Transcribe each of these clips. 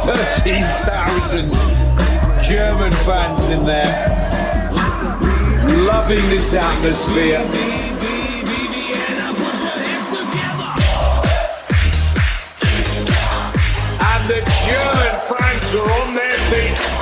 13,000 German fans in there, loving this atmosphere. And the German fans are on their feet.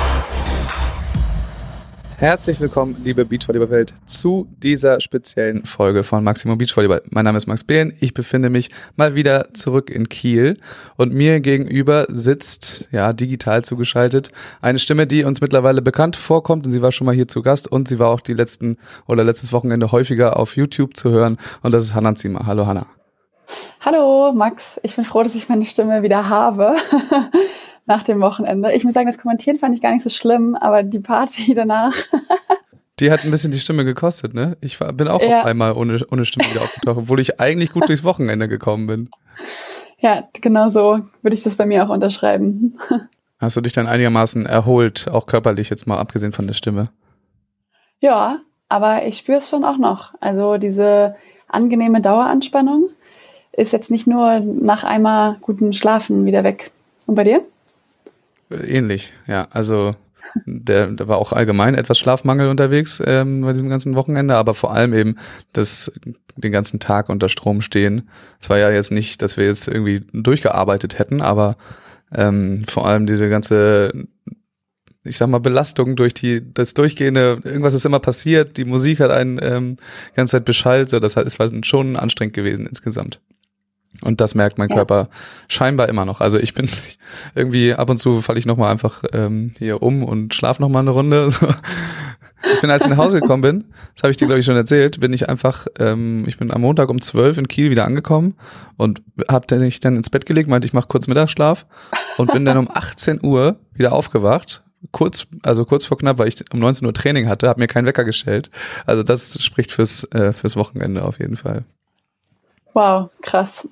Herzlich willkommen, liebe Beachvolleyball-Welt, zu dieser speziellen Folge von Maximum Beachvolleyball. Mein Name ist Max Behlen, ich befinde mich mal wieder zurück in Kiel und mir gegenüber sitzt, ja, digital zugeschaltet, eine Stimme, die uns mittlerweile bekannt vorkommt und sie war schon mal hier zu Gast und sie war auch letztes Wochenende häufiger auf YouTube zu hören und das ist Hanna Ziemer. Hallo Hanna. Hallo Max, ich bin froh, dass ich meine Stimme wieder habe. Nach dem Wochenende. Ich muss sagen, das Kommentieren fand ich gar nicht so schlimm, aber die Party danach. Die hat ein bisschen die Stimme gekostet, ne? Ich bin auch auf einmal ohne Stimme wieder aufgetaucht, obwohl ich eigentlich gut durchs Wochenende gekommen bin. Ja, genau so würde ich das bei mir auch unterschreiben. Hast du dich dann einigermaßen erholt, auch körperlich jetzt mal abgesehen von der Stimme? Ja, aber ich spüre es schon auch noch. Also diese angenehme Daueranspannung ist jetzt nicht nur nach einmal guten Schlafen wieder weg. Und bei dir? Ähnlich, ja. Also da war auch allgemein etwas Schlafmangel unterwegs bei diesem ganzen Wochenende, aber vor allem eben den ganzen Tag unter Strom stehen. Es war ja jetzt nicht, dass wir jetzt irgendwie durchgearbeitet hätten, aber vor allem diese ganze, ich sag mal, Belastung durch das durchgehende, irgendwas ist immer passiert, die Musik hat einen die ganze Zeit beschallt, so das war schon anstrengend gewesen insgesamt. Und das merkt mein Körper scheinbar immer noch. Also ich bin irgendwie, ab und zu falle ich nochmal einfach hier um und schlafe nochmal eine Runde. So. Ich bin, als ich nach Hause gekommen bin, das habe ich dir, glaube ich, schon erzählt, bin ich einfach, ich bin am Montag um 12 in Kiel wieder angekommen und habe mich dann ins Bett gelegt, meinte, ich mache kurz Mittagsschlaf und bin dann um 18 Uhr wieder aufgewacht. Kurz vor knapp, weil ich um 19 Uhr Training hatte, habe mir keinen Wecker gestellt. Also das spricht fürs Wochenende auf jeden Fall. Wow, krass.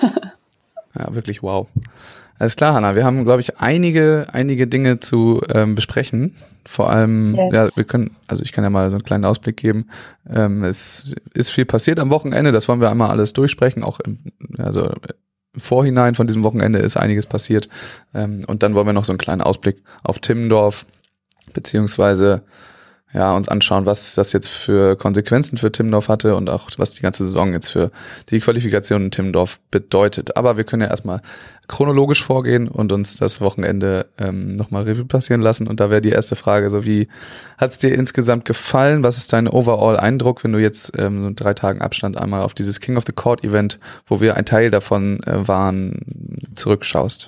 Ja, wirklich wow. Alles klar, Hanna, wir haben, glaube ich, einige Dinge zu besprechen. Vor allem, ich kann ja mal so einen kleinen Ausblick geben. Es ist viel passiert am Wochenende, das wollen wir einmal alles durchsprechen. Auch im Vorhinein von diesem Wochenende ist einiges passiert. Und dann wollen wir noch so einen kleinen Ausblick auf Timmendorf, beziehungsweise uns anschauen, was das jetzt für Konsequenzen für Timmendorf hatte und auch was die ganze Saison jetzt für die Qualifikation in Timmendorf bedeutet. Aber wir können ja erstmal chronologisch vorgehen und uns das Wochenende nochmal Revue passieren lassen. Und da wäre die erste Frage, so wie hat es dir insgesamt gefallen? Was ist dein Overall-Eindruck, wenn du jetzt so in 3 Tagen Abstand einmal auf dieses King of the Court Event, wo wir ein Teil davon waren, zurückschaust?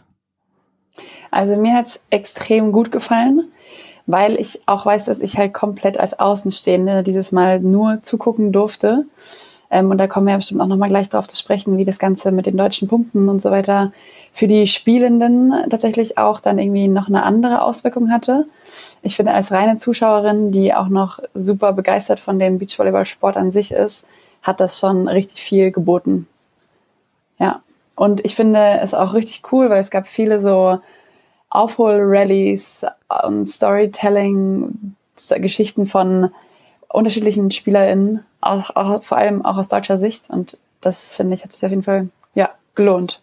Also mir hat's extrem gut gefallen, weil ich auch weiß, dass ich halt komplett als Außenstehende dieses Mal nur zugucken durfte. Und da kommen wir ja bestimmt auch nochmal gleich drauf zu sprechen, wie das Ganze mit den deutschen Punkten und so weiter für die Spielenden tatsächlich auch dann irgendwie noch eine andere Auswirkung hatte. Ich finde, als reine Zuschauerin, die auch noch super begeistert von dem Beachvolleyball-Sport an sich ist, hat das schon richtig viel geboten. Ja, und ich finde es auch richtig cool, weil es gab viele so Aufhol-Rallies und Storytelling-Geschichten von unterschiedlichen SpielerInnen, auch vor allem auch aus deutscher Sicht. Und das, finde ich, hat sich auf jeden Fall gelohnt.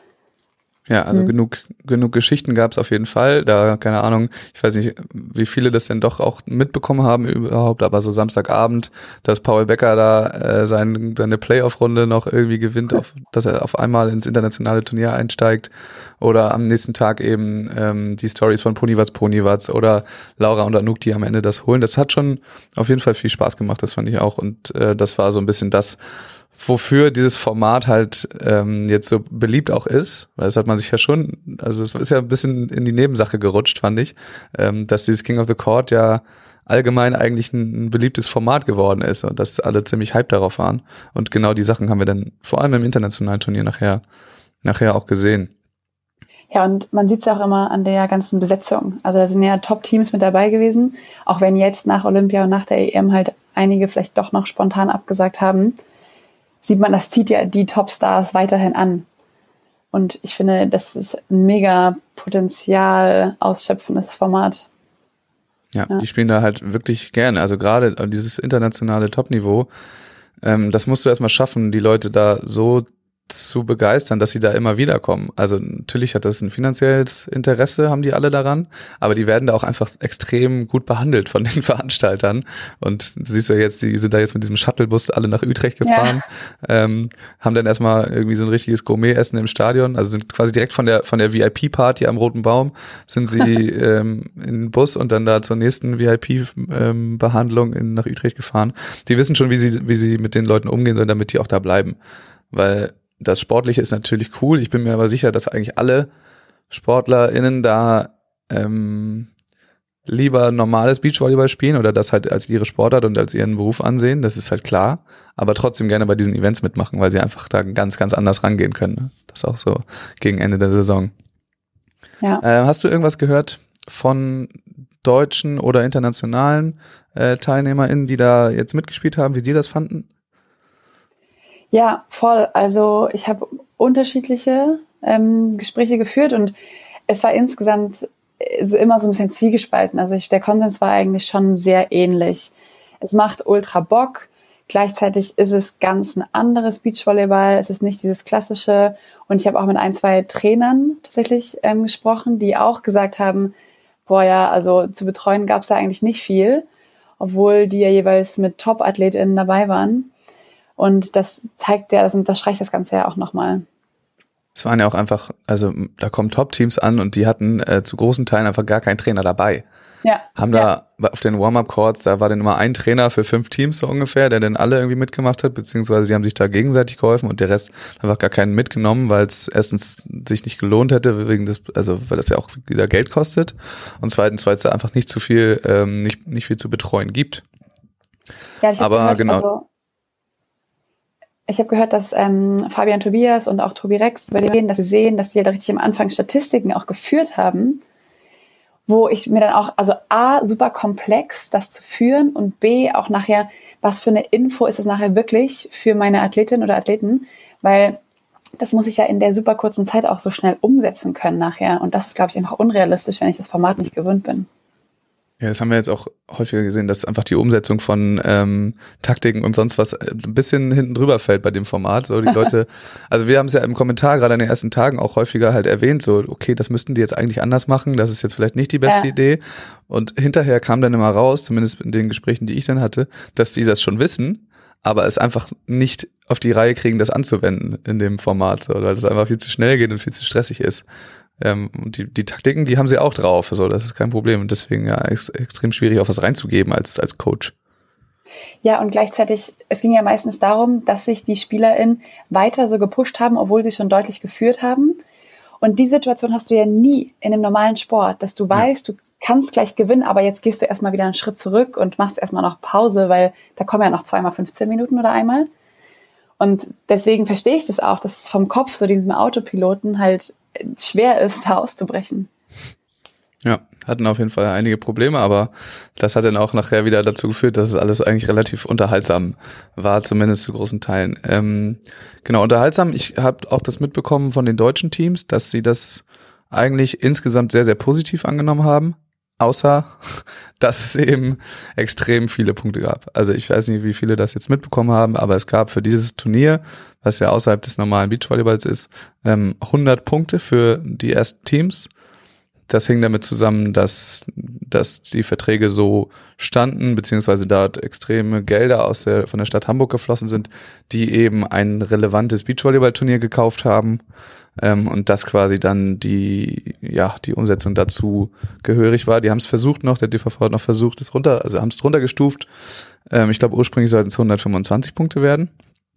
Ja, also genug Geschichten gab es auf jeden Fall. Da, keine Ahnung, ich weiß nicht, wie viele das denn doch auch mitbekommen haben überhaupt, aber so Samstagabend, dass Paul Becker da seine Playoff-Runde noch irgendwie gewinnt, dass er auf einmal ins internationale Turnier einsteigt, oder am nächsten Tag eben die Stories von Ponywatz oder Laura und Anouk, die am Ende das holen. Das hat schon auf jeden Fall viel Spaß gemacht, das fand ich auch, und das war so ein bisschen das, wofür dieses Format halt jetzt so beliebt auch ist, weil das hat man sich ja schon, also es ist ja ein bisschen in die Nebensache gerutscht, fand ich, dass dieses King of the Court ja allgemein eigentlich ein beliebtes Format geworden ist und dass alle ziemlich hyped darauf waren. Und genau die Sachen haben wir dann vor allem im internationalen Turnier nachher auch gesehen. Ja, und man sieht es auch immer an der ganzen Besetzung. Also da sind ja Top-Teams mit dabei gewesen, auch wenn jetzt nach Olympia und nach der EM halt einige vielleicht doch noch spontan abgesagt haben, sieht man, das zieht ja die Topstars weiterhin an. Und ich finde, das ist ein mega Potenzial ausschöpfendes Format. Ja, die spielen da halt wirklich gerne. Also gerade dieses internationale Topniveau, das musst du erstmal schaffen, die Leute da so zu begeistern, dass sie da immer wieder kommen. Also natürlich hat das ein finanzielles Interesse, haben die alle daran, aber die werden da auch einfach extrem gut behandelt von den Veranstaltern. Und siehst du jetzt, die sind da jetzt mit diesem Shuttlebus alle nach Utrecht gefahren, haben dann erstmal irgendwie so ein richtiges Gourmet-Essen im Stadion, also sind quasi direkt von der VIP-Party am Roten Baum, sind sie in den Bus und dann da zur nächsten VIP-Behandlung nach Utrecht gefahren. Die wissen schon, wie sie mit den Leuten umgehen sollen, damit die auch da bleiben. Weil das Sportliche ist natürlich cool. Ich bin mir aber sicher, dass eigentlich alle SportlerInnen da lieber normales Beachvolleyball spielen oder das halt als ihre Sportart und als ihren Beruf ansehen. Das ist halt klar. Aber trotzdem gerne bei diesen Events mitmachen, weil sie einfach da ganz, ganz anders rangehen können. Ne? Das auch so gegen Ende der Saison. Ja. Hast du irgendwas gehört von deutschen oder internationalen TeilnehmerInnen, die da jetzt mitgespielt haben, wie die das fanden? Ja, voll. Also ich habe unterschiedliche Gespräche geführt und es war insgesamt immer so ein bisschen zwiegespalten. Also der Konsens war eigentlich schon sehr ähnlich. Es macht ultra Bock. Gleichzeitig ist es ganz ein anderes Beachvolleyball. Es ist nicht dieses klassische. Und ich habe auch mit 1, 2 Trainern tatsächlich gesprochen, die auch gesagt haben, boah ja, also zu betreuen gab es da eigentlich nicht viel, obwohl die ja jeweils mit Top-AthletInnen dabei waren. Und das zeigt ja, das unterstreicht das Ganze ja auch nochmal. Es waren ja auch einfach, also da kommen Top-Teams an und die hatten zu großen Teilen einfach gar keinen Trainer dabei. Ja. Haben da auf den Warm-Up-Courts, da war dann immer ein Trainer für 5 Teams so ungefähr, der dann alle irgendwie mitgemacht hat, beziehungsweise die haben sich da gegenseitig geholfen und der Rest einfach gar keinen mitgenommen, weil es erstens sich nicht gelohnt hätte, weil das ja auch wieder Geld kostet und zweitens, weil es da einfach nicht zu viel, nicht viel zu betreuen gibt. Ja, ich habe gehört, dass Fabian Tobias und auch Tobi Rex bei denen, dass sie sehen, dass sie halt richtig am Anfang Statistiken auch geführt haben, wo ich mir dann auch, also A, super komplex, das zu führen und B, auch nachher, was für eine Info ist es nachher wirklich für meine Athletin oder Athleten, weil das muss ich ja in der super kurzen Zeit auch so schnell umsetzen können nachher und das ist, glaube ich, einfach unrealistisch, wenn ich das Format nicht gewöhnt bin. Ja, das haben wir jetzt auch häufiger gesehen, dass einfach die Umsetzung von Taktiken und sonst was ein bisschen hinten drüber fällt bei dem Format. So die Leute, also wir haben es ja im Kommentar gerade in den ersten Tagen auch häufiger halt erwähnt, so okay, das müssten die jetzt eigentlich anders machen, das ist jetzt vielleicht nicht die beste Idee. Und hinterher kam dann immer raus, zumindest in den Gesprächen, die ich dann hatte, dass die das schon wissen, aber es einfach nicht auf die Reihe kriegen, das anzuwenden in dem Format, so, weil das einfach viel zu schnell geht und viel zu stressig ist. Und die Taktiken, die haben sie auch drauf, so, das ist kein Problem und deswegen ja extrem schwierig, auf was reinzugeben als Coach. Ja, und gleichzeitig, es ging ja meistens darum, dass sich die SpielerInnen weiter so gepusht haben, obwohl sie schon deutlich geführt haben. Und die Situation hast du ja nie in einem normalen Sport, dass du weißt, du kannst gleich gewinnen, aber jetzt gehst du erstmal wieder einen Schritt zurück und machst erstmal noch Pause, weil da kommen ja noch 2-mal 15 Minuten oder einmal. Und deswegen verstehe ich das auch, dass es vom Kopf, so diesem Autopiloten halt schwer ist, da auszubrechen. Ja, hatten auf jeden Fall einige Probleme, aber das hat dann auch nachher wieder dazu geführt, dass es alles eigentlich relativ unterhaltsam war, zumindest zu großen Teilen. Genau, unterhaltsam. Ich habe auch das mitbekommen von den deutschen Teams, dass sie das eigentlich insgesamt sehr, sehr positiv angenommen haben. Außer, dass es eben extrem viele Punkte gab. Also ich weiß nicht, wie viele das jetzt mitbekommen haben, aber es gab für dieses Turnier, was ja außerhalb des normalen Beachvolleyballs ist, 100 Punkte für die ersten Teams. Das hing damit zusammen, dass die Verträge so standen, beziehungsweise dort extreme Gelder von der Stadt Hamburg geflossen sind, die eben ein relevantes Beachvolleyball-Turnier gekauft haben. Und das quasi dann die Umsetzung dazu gehörig war. Die haben es versucht noch, der DVV hat noch versucht, haben es runtergestuft. Ich glaube, ursprünglich sollten es 125 Punkte werden.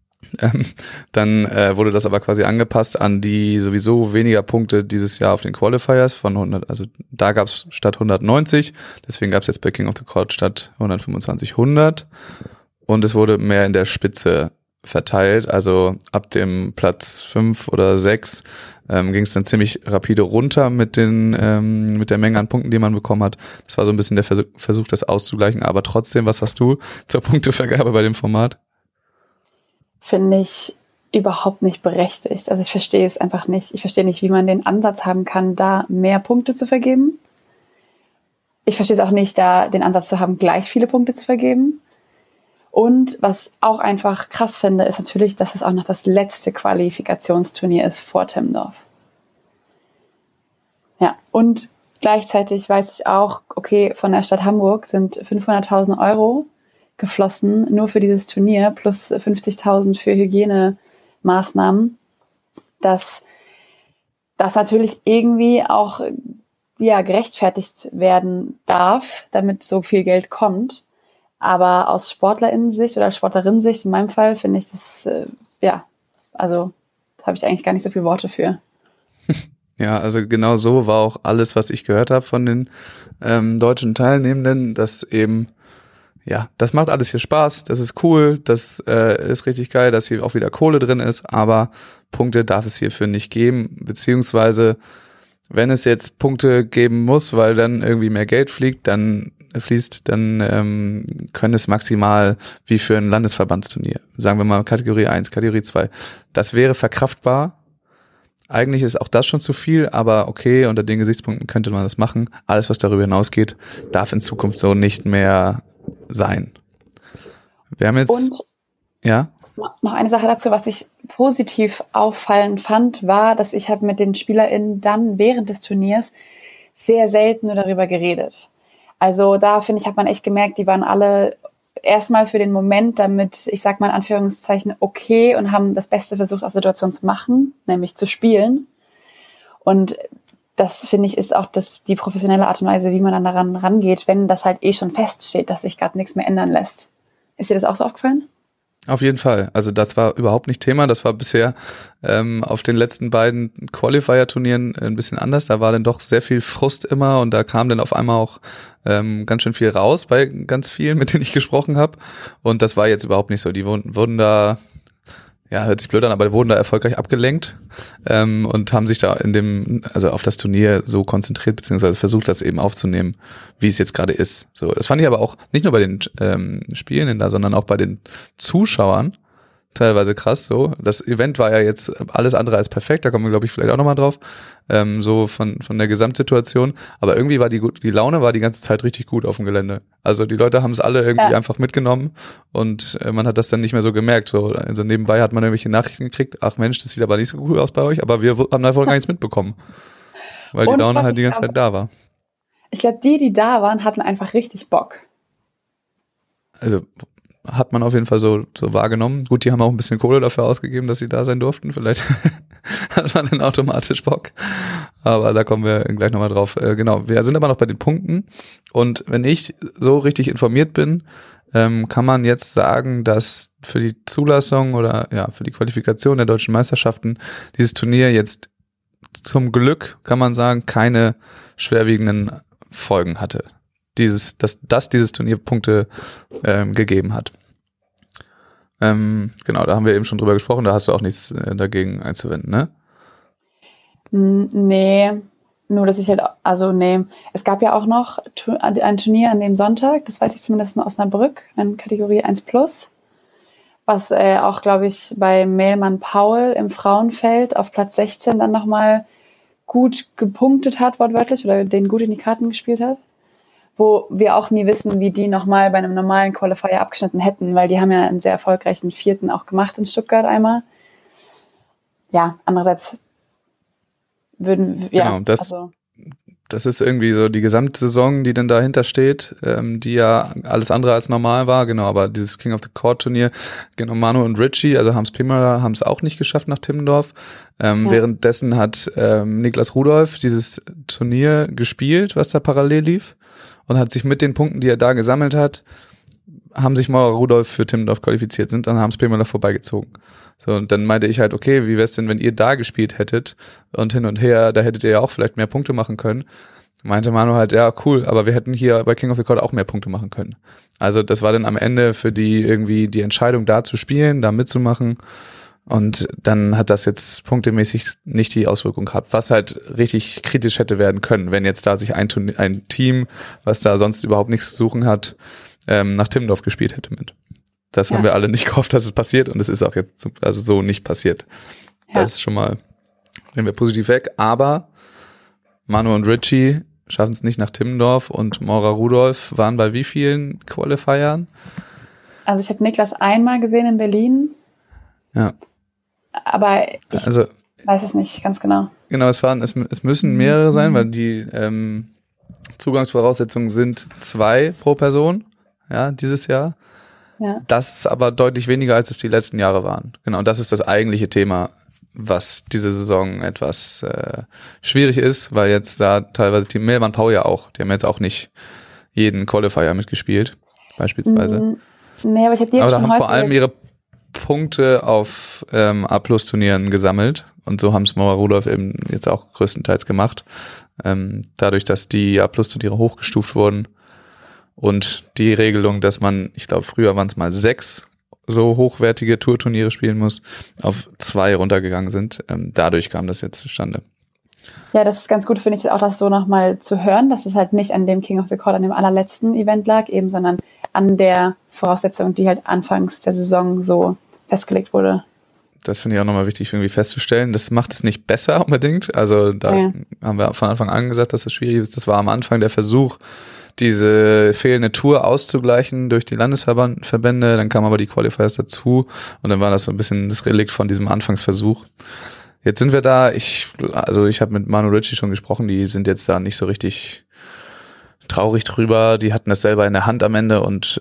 Dann wurde das aber quasi angepasst an die sowieso weniger Punkte dieses Jahr auf den Qualifiers von 100, also da gab es statt 190, deswegen gab es jetzt bei King of the Court statt 125 100 und es wurde mehr in der Spitze verteilt, also ab dem Platz 5 oder 6 ging es dann ziemlich rapide runter mit der Menge an Punkten, die man bekommen hat. Das war so ein bisschen der Versuch, das auszugleichen, aber trotzdem, was hast du zur Punktevergabe bei dem Format? Finde ich überhaupt nicht berechtigt. Also ich verstehe es einfach nicht. Ich verstehe nicht, wie man den Ansatz haben kann, da mehr Punkte zu vergeben. Ich verstehe es auch nicht, da den Ansatz zu haben, gleich viele Punkte zu vergeben. Und was ich auch einfach krass finde, ist natürlich, dass es auch noch das letzte Qualifikationsturnier ist vor Timmendorf. Ja, und gleichzeitig weiß ich auch, okay, von der Stadt Hamburg sind 500.000 Euro geflossen, nur für dieses Turnier, plus 50.000 für Hygienemaßnahmen, dass das natürlich irgendwie auch gerechtfertigt werden darf, damit so viel Geld kommt. Aber aus SportlerInnen-Sicht oder Sportlerinnen-Sicht, in meinem Fall, finde ich das, also da habe ich eigentlich gar nicht so viele Worte für. Ja, also genau so war auch alles, was ich gehört habe von den deutschen Teilnehmenden, dass eben, ja, das macht alles hier Spaß, das ist cool, das ist richtig geil, dass hier auch wieder Kohle drin ist, aber Punkte darf es hierfür nicht geben, beziehungsweise wenn es jetzt Punkte geben muss, weil dann irgendwie mehr Geld fließt, dann können es maximal wie für ein Landesverbandsturnier, sagen wir mal Kategorie 1, Kategorie 2. Das wäre verkraftbar. Eigentlich ist auch das schon zu viel, aber okay, unter den Gesichtspunkten könnte man das machen. Alles, was darüber hinausgeht, darf in Zukunft so nicht mehr sein. Wir haben jetzt... Und ja? Noch eine Sache dazu, was ich positiv auffallend fand, war, dass ich habe mit den SpielerInnen dann während des Turniers sehr selten nur darüber geredet. Also da, finde ich, hat man echt gemerkt, die waren alle erstmal für den Moment damit, ich sag mal in Anführungszeichen, okay und haben das Beste versucht, aus der Situation zu machen, nämlich zu spielen. Und das, finde ich, ist auch die professionelle Art und Weise, wie man dann daran rangeht, wenn das halt schon feststeht, dass sich gerade nichts mehr ändern lässt. Ist dir das auch so aufgefallen? Auf jeden Fall. Also das war überhaupt nicht Thema. Das war bisher auf den letzten beiden Qualifier-Turnieren ein bisschen anders. Da war dann doch sehr viel Frust immer und da kam dann auf einmal auch ganz schön viel raus bei ganz vielen, mit denen ich gesprochen habe. Und das war jetzt überhaupt nicht so. Die wurden da, ja, hört sich blöd an, aber die wurden da erfolgreich abgelenkt und haben sich da also auf das Turnier so konzentriert, beziehungsweise versucht, das eben aufzunehmen, wie es jetzt gerade ist. So, das fand ich aber auch nicht nur bei den Spielenden da, sondern auch bei den Zuschauern teilweise krass. So, das Event war ja jetzt alles andere als perfekt. Da kommen wir, glaube ich, vielleicht auch nochmal drauf. So von der Gesamtsituation. Aber irgendwie war die Laune war die ganze Zeit richtig gut auf dem Gelände. Also die Leute haben es alle irgendwie einfach mitgenommen und man hat das dann nicht mehr so gemerkt. So, also nebenbei hat man irgendwelche Nachrichten gekriegt. Ach Mensch, das sieht aber nicht so cool aus bei euch. Aber wir haben davon gar nichts mitbekommen. Weil die Laune halt die ganze Zeit da war. Ich glaube, die da waren, hatten einfach richtig Bock. Also hat man auf jeden Fall so wahrgenommen. Gut, die haben auch ein bisschen Kohle dafür ausgegeben, dass sie da sein durften. Vielleicht hat man dann automatisch Bock. Aber da kommen wir gleich nochmal drauf. Genau, wir sind aber noch bei den Punkten. Und wenn ich so richtig informiert bin, kann man jetzt sagen, dass für die Zulassung oder ja für die Qualifikation der deutschen Meisterschaften dieses Turnier jetzt zum Glück, kann man sagen, keine schwerwiegenden Folgen hatte. Dass dieses Turnier Punkte gegeben hat. Genau, da haben wir eben schon drüber gesprochen, da hast du auch nichts dagegen einzuwenden, ne? Nee, nur dass ich halt, es gab ja auch noch ein Turnier an dem Sonntag, das weiß ich zumindest in Osnabrück, in Kategorie 1+, was auch, glaube ich, bei Mehlmann Paul im Frauenfeld auf Platz 16 dann nochmal gut gepunktet hat, wortwörtlich, oder den gut in die Karten gespielt hat. Wo wir auch nie wissen, wie die nochmal bei einem normalen Qualifier abgeschnitten hätten, weil die haben ja einen sehr erfolgreichen 4. auch gemacht in Stuttgart einmal. Ja, andererseits das ist irgendwie so die Gesamtsaison, die dann dahinter steht, die ja alles andere als normal war, genau, aber dieses King of the Court Turnier, genau, Manu und Richie, also Harms Pimmerer, haben es auch nicht geschafft nach Timmendorf. Währenddessen hat Niklas Rudolph dieses Turnier gespielt, was da parallel lief. Und hat sich mit den Punkten, die er da gesammelt hat, haben sich Maurer Rudolph für Timmendorf qualifiziert, sind dann Harms Pemöller vorbeigezogen. So, und dann meinte ich halt, okay, wie wär's denn, wenn ihr da gespielt hättet und hin und her, da hättet ihr ja auch vielleicht mehr Punkte machen können. Meinte Manu halt, ja, cool, aber wir hätten hier bei King of the Court auch mehr Punkte machen können. Also das war dann am Ende für die irgendwie die Entscheidung, da zu spielen, da mitzumachen. Und dann hat das jetzt punktemäßig nicht die Auswirkung gehabt, was halt richtig kritisch hätte werden können, wenn jetzt da sich ein Team, was da sonst überhaupt nichts zu suchen hat, nach Timmendorf gespielt hätte mit. Das haben wir alle nicht gehofft, dass es passiert und es ist auch jetzt so nicht passiert. Ja. Das ist schon mal, nehmen wir positiv weg, aber Manu und Richie schaffen es nicht nach Timmendorf und Maura Rudolph waren bei wie vielen Qualifiern? Also ich habe Niklas einmal gesehen in Berlin. Ja. Aber ich weiß es nicht ganz genau. Genau, es müssen mehrere sein, weil die Zugangsvoraussetzungen sind 2 pro Person, ja, dieses Jahr. Ja. Das ist aber deutlich weniger, als es die letzten Jahre waren. Genau, und das ist das eigentliche Thema, was diese Saison etwas schwierig ist, weil jetzt da teilweise Team Melbourne Pau ja auch, die haben jetzt auch nicht jeden Qualifier mitgespielt, beispielsweise. Nee, aber ich hätte aber da haben vor allem ihre Punkte auf A-Plus-Turnieren gesammelt und so haben es Maura Rudolph eben jetzt auch größtenteils gemacht. Dadurch, dass die A-Plus-Turniere hochgestuft wurden und die Regelung, dass man, ich glaube früher waren es mal 6 so hochwertige Tourturniere spielen muss, auf 2 runtergegangen sind. Dadurch kam das jetzt zustande. Ja, das ist ganz gut, finde ich auch, das so nochmal zu hören, dass es halt nicht an dem King of the Court, an dem allerletzten Event lag, eben, sondern an der Voraussetzung, die halt anfangs der Saison so festgelegt wurde. Das finde ich auch nochmal wichtig irgendwie festzustellen. Das macht es nicht besser unbedingt. Also da haben wir von Anfang an gesagt, dass das schwierig ist. Das war am Anfang der Versuch, diese fehlende Tour auszugleichen durch die Landesverbände. Dann kamen aber die Qualifiers dazu und dann war das so ein bisschen das Relikt von diesem Anfangsversuch. Jetzt sind wir da, ich habe mit Manu Ritchie schon gesprochen, die sind jetzt da nicht so richtig traurig drüber, die hatten das selber in der Hand am Ende und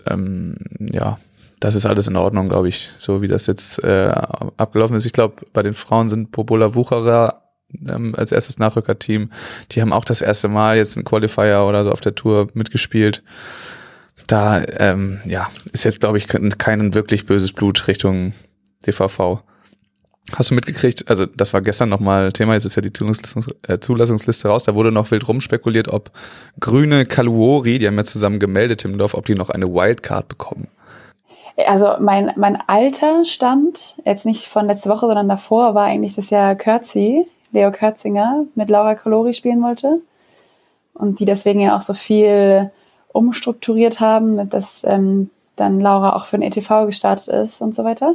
das ist alles in Ordnung, glaube ich, so wie das jetzt abgelaufen ist. Ich glaube, bei den Frauen sind Popola Wucherer als erstes Nachrückerteam, die haben auch das erste Mal jetzt einen Qualifier oder so auf der Tour mitgespielt. Da ist jetzt, glaube ich, kein wirklich böses Blut Richtung DVV. Hast du mitgekriegt, also das war gestern nochmal Thema, jetzt ist ja die Zulassungsliste raus, da wurde noch wild rumspekuliert, ob Grüne Kaluori, die haben ja zusammen gemeldet, Timmendorf, ob die noch eine Wildcard bekommen. Also mein alter Stand, jetzt nicht von letzte Woche, sondern davor, war eigentlich, dass ja Leo Kürzinger mit Laura Kaluori spielen wollte und die deswegen ja auch so viel umstrukturiert haben, dass dann Laura auch für den ETV gestartet ist und so weiter.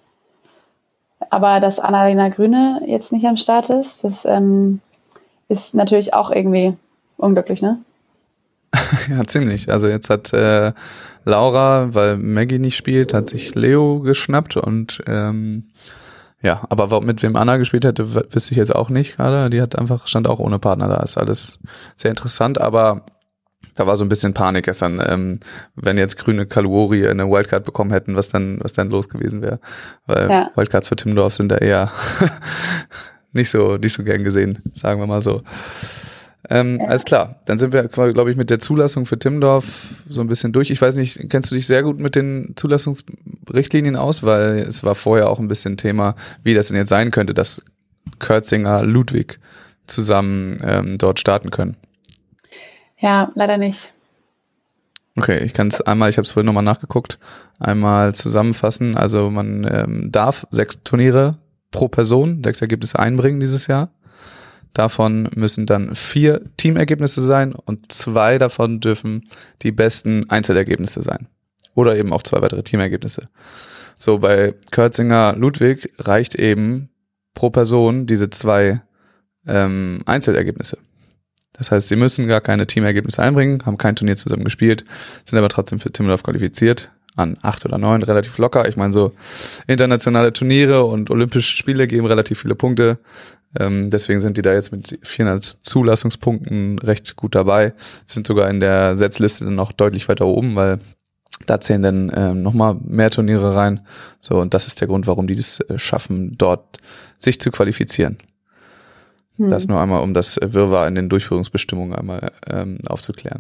Aber dass Annalena Grüne jetzt nicht am Start ist, das ist natürlich auch irgendwie unglücklich, ne? Ja, ziemlich. Also jetzt hat Laura, weil Maggie nicht spielt, hat sich Leo geschnappt und aber mit wem Anna gespielt hätte, wüsste ich jetzt auch nicht gerade. Die stand auch ohne Partner da. Ist alles sehr interessant, aber da war so ein bisschen Panik gestern, wenn jetzt Grüne Kaluori eine Wildcard bekommen hätten, was dann los gewesen wäre. Weil Wildcards für Timmendorf sind da eher nicht so gern gesehen, sagen wir mal so. Alles klar, dann sind wir, glaube ich, mit der Zulassung für Timmendorf so ein bisschen durch. Ich weiß nicht, kennst du dich sehr gut mit den Zulassungsrichtlinien aus? Weil es war vorher auch ein bisschen Thema, wie das denn jetzt sein könnte, dass Kürzinger, Ludwig zusammen dort starten können. Ja, leider nicht. Okay, ich kann es einmal, ich habe es vorhin nochmal nachgeguckt, einmal zusammenfassen. Also man darf 6 Turniere pro Person, 6 Ergebnisse einbringen dieses Jahr. Davon müssen dann 4 Teamergebnisse sein und 2 davon dürfen die besten Einzelergebnisse sein. Oder eben auch 2 weitere Teamergebnisse. So, bei Kürzinger Ludwig reicht eben pro Person diese 2 Einzelergebnisse. Das heißt, sie müssen gar keine Teamergebnisse einbringen, haben kein Turnier zusammen gespielt, sind aber trotzdem für Timmendorf qualifiziert, an 8 oder 9, relativ locker. Ich meine, so internationale Turniere und Olympische Spiele geben relativ viele Punkte. Deswegen sind die da jetzt mit 400 Zulassungspunkten recht gut dabei, sind sogar in der Setzliste dann noch deutlich weiter oben, weil da zählen dann nochmal mehr Turniere rein. So, und das ist der Grund, warum die das schaffen, dort sich zu qualifizieren. Das nur einmal, um das Wirrwarr in den Durchführungsbestimmungen einmal aufzuklären.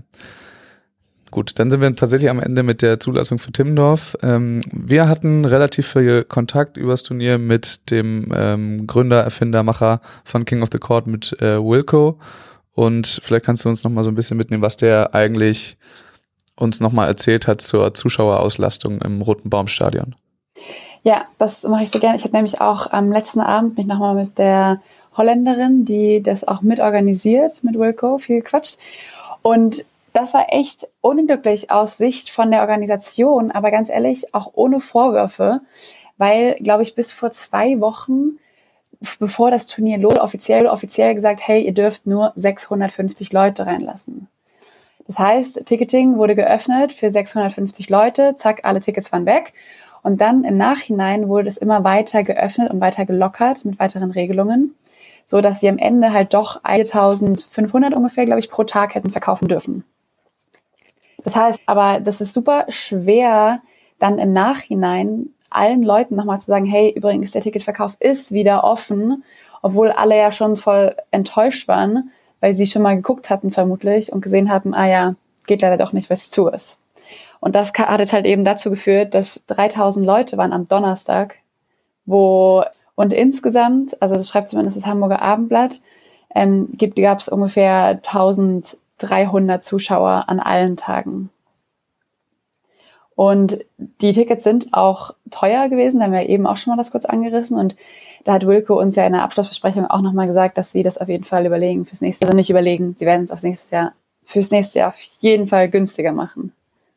Gut, dann sind wir tatsächlich am Ende mit der Zulassung für Timmendorf. Wir hatten relativ viel Kontakt übers Turnier mit dem Gründer, Erfinder, Macher von King of the Court, mit Wilco. Und vielleicht kannst du uns nochmal so ein bisschen mitnehmen, was der eigentlich uns nochmal erzählt hat zur Zuschauerauslastung im Roten Baum-Stadion. Ja, das mache ich so gerne. Ich habe nämlich auch am letzten Abend mich nochmal mit der Holländerin, die das auch mitorganisiert, mit Wilco, viel gequatscht. Und das war echt unglücklich aus Sicht von der Organisation, aber ganz ehrlich, auch ohne Vorwürfe, weil, glaube ich, bis vor 2 Wochen, bevor das Turnier offiziell gesagt, hey, ihr dürft nur 650 Leute reinlassen. Das heißt, Ticketing wurde geöffnet für 650 Leute, zack, alle Tickets waren weg. Und dann im Nachhinein wurde es immer weiter geöffnet und weiter gelockert mit weiteren Regelungen, so dass sie am Ende halt doch 1.500 ungefähr, glaube ich, pro Tag hätten verkaufen dürfen. Das heißt aber, das ist super schwer, dann im Nachhinein allen Leuten nochmal zu sagen, hey, übrigens, der Ticketverkauf ist wieder offen, obwohl alle ja schon voll enttäuscht waren, weil sie schon mal geguckt hatten vermutlich und gesehen haben, geht leider doch nicht, weil es zu ist. Und das hat jetzt halt eben dazu geführt, dass 3.000 Leute waren am Donnerstag, und insgesamt, also das schreibt zumindest das Hamburger Abendblatt, gab es ungefähr 1.300 Zuschauer an allen Tagen. Und die Tickets sind auch teuer gewesen, da haben wir eben auch schon mal das kurz angerissen. Und da hat Wilco uns ja in der Abschlussbesprechung auch nochmal gesagt, dass sie das auf jeden Fall überlegen fürs nächste Jahr. Also nicht überlegen, sie werden es fürs nächste Jahr auf jeden Fall günstiger machen.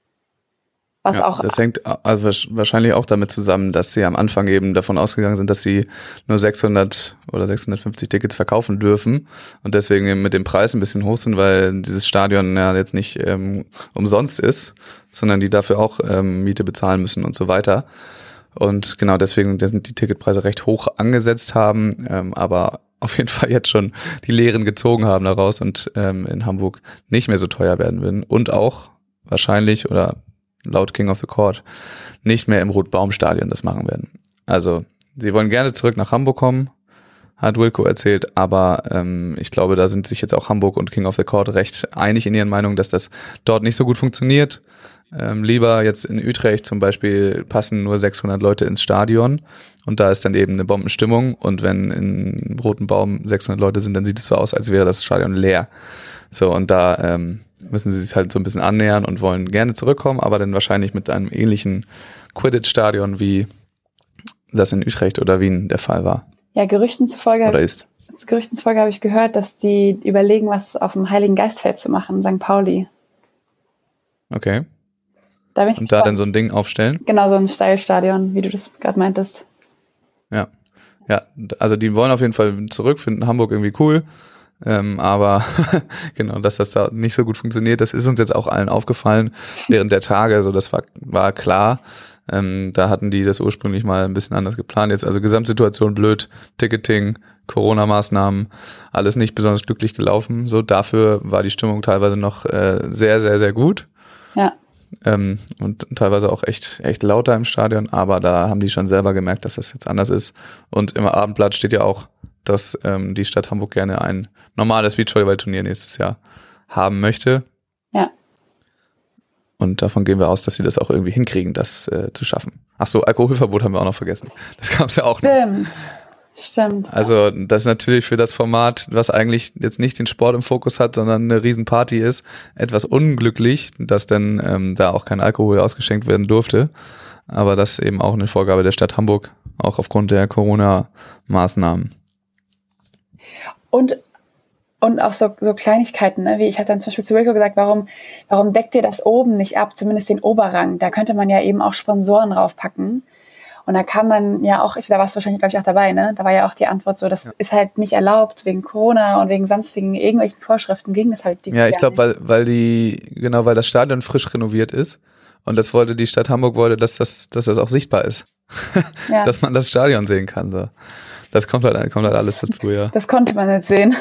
Das hängt also wahrscheinlich auch damit zusammen, dass sie am Anfang eben davon ausgegangen sind, dass sie nur 600 oder 650 Tickets verkaufen dürfen und deswegen eben mit dem Preis ein bisschen hoch sind, weil dieses Stadion ja jetzt nicht umsonst ist, sondern die dafür auch Miete bezahlen müssen und so weiter. Und genau deswegen sind die Ticketpreise recht hoch angesetzt haben, aber auf jeden Fall jetzt schon die Lehren gezogen haben daraus und in Hamburg nicht mehr so teuer werden werden und auch wahrscheinlich oder laut King of the Court nicht mehr im Rot-Baum-Stadion das machen werden. Also sie wollen gerne zurück nach Hamburg kommen, hat Wilco erzählt, aber ich glaube, da sind sich jetzt auch Hamburg und King of the Court recht einig in ihren Meinungen, dass das dort nicht so gut funktioniert. Lieber jetzt in Utrecht zum Beispiel passen nur 600 Leute ins Stadion und da ist dann eben eine Bombenstimmung und wenn in Roten Baum 600 Leute sind, dann sieht es so aus, als wäre das Stadion leer. So, und da müssen sie sich halt so ein bisschen annähern und wollen gerne zurückkommen, aber dann wahrscheinlich mit einem ähnlichen Quidditch-Stadion, wie das in Utrecht oder Wien der Fall war. Ja, Gerüchten zufolge habe ich gehört, dass die überlegen, was auf dem Heiligen Geistfeld zu machen, St. Pauli. Okay. Da bin ich und da dann so ein Ding aufstellen? Genau, so ein Steilstadion, wie du das gerade meintest. Ja, also die wollen auf jeden Fall zurück, finden Hamburg irgendwie cool. Aber genau, dass das da nicht so gut funktioniert, das ist uns jetzt auch allen aufgefallen während der Tage, also das war klar. Da hatten die das ursprünglich mal ein bisschen anders geplant. Jetzt also Gesamtsituation blöd, Ticketing, Corona-Maßnahmen, alles nicht besonders glücklich gelaufen. So, dafür war die Stimmung teilweise noch sehr, sehr, sehr gut. Ja. Und teilweise auch echt lauter im Stadion, aber da haben die schon selber gemerkt, dass das jetzt anders ist. Und im Abendblatt steht ja auch, dass die Stadt Hamburg gerne ein normales Beachvolleyball-Turnier nächstes Jahr haben möchte. Ja. Und davon gehen wir aus, dass sie das auch irgendwie hinkriegen, das zu schaffen. Ach so, Alkoholverbot haben wir auch noch vergessen. Das gab es ja auch noch. Stimmt. Also das ist natürlich für das Format, was eigentlich jetzt nicht den Sport im Fokus hat, sondern eine Riesenparty ist, etwas unglücklich, dass dann da auch kein Alkohol ausgeschenkt werden durfte. Aber das eben auch eine Vorgabe der Stadt Hamburg, auch aufgrund der Corona-Maßnahmen. Und auch so Kleinigkeiten, ne? Wie ich habe dann zum Beispiel zu Wilco gesagt, warum deckt ihr das oben nicht ab, zumindest den Oberrang? Da könnte man ja eben auch Sponsoren draufpacken. Und da kam dann ja auch, da warst du wahrscheinlich, glaube ich, auch dabei, ne? Da war ja auch die Antwort so, das ist halt nicht erlaubt wegen Corona und wegen sonstigen irgendwelchen Vorschriften ging das halt. Ja, ich glaube, weil das Stadion frisch renoviert ist und die Stadt Hamburg wollte, dass das auch sichtbar ist. Ja. Dass man das Stadion sehen kann. So. Das kommt halt alles dazu, ja. Das konnte man nicht sehen.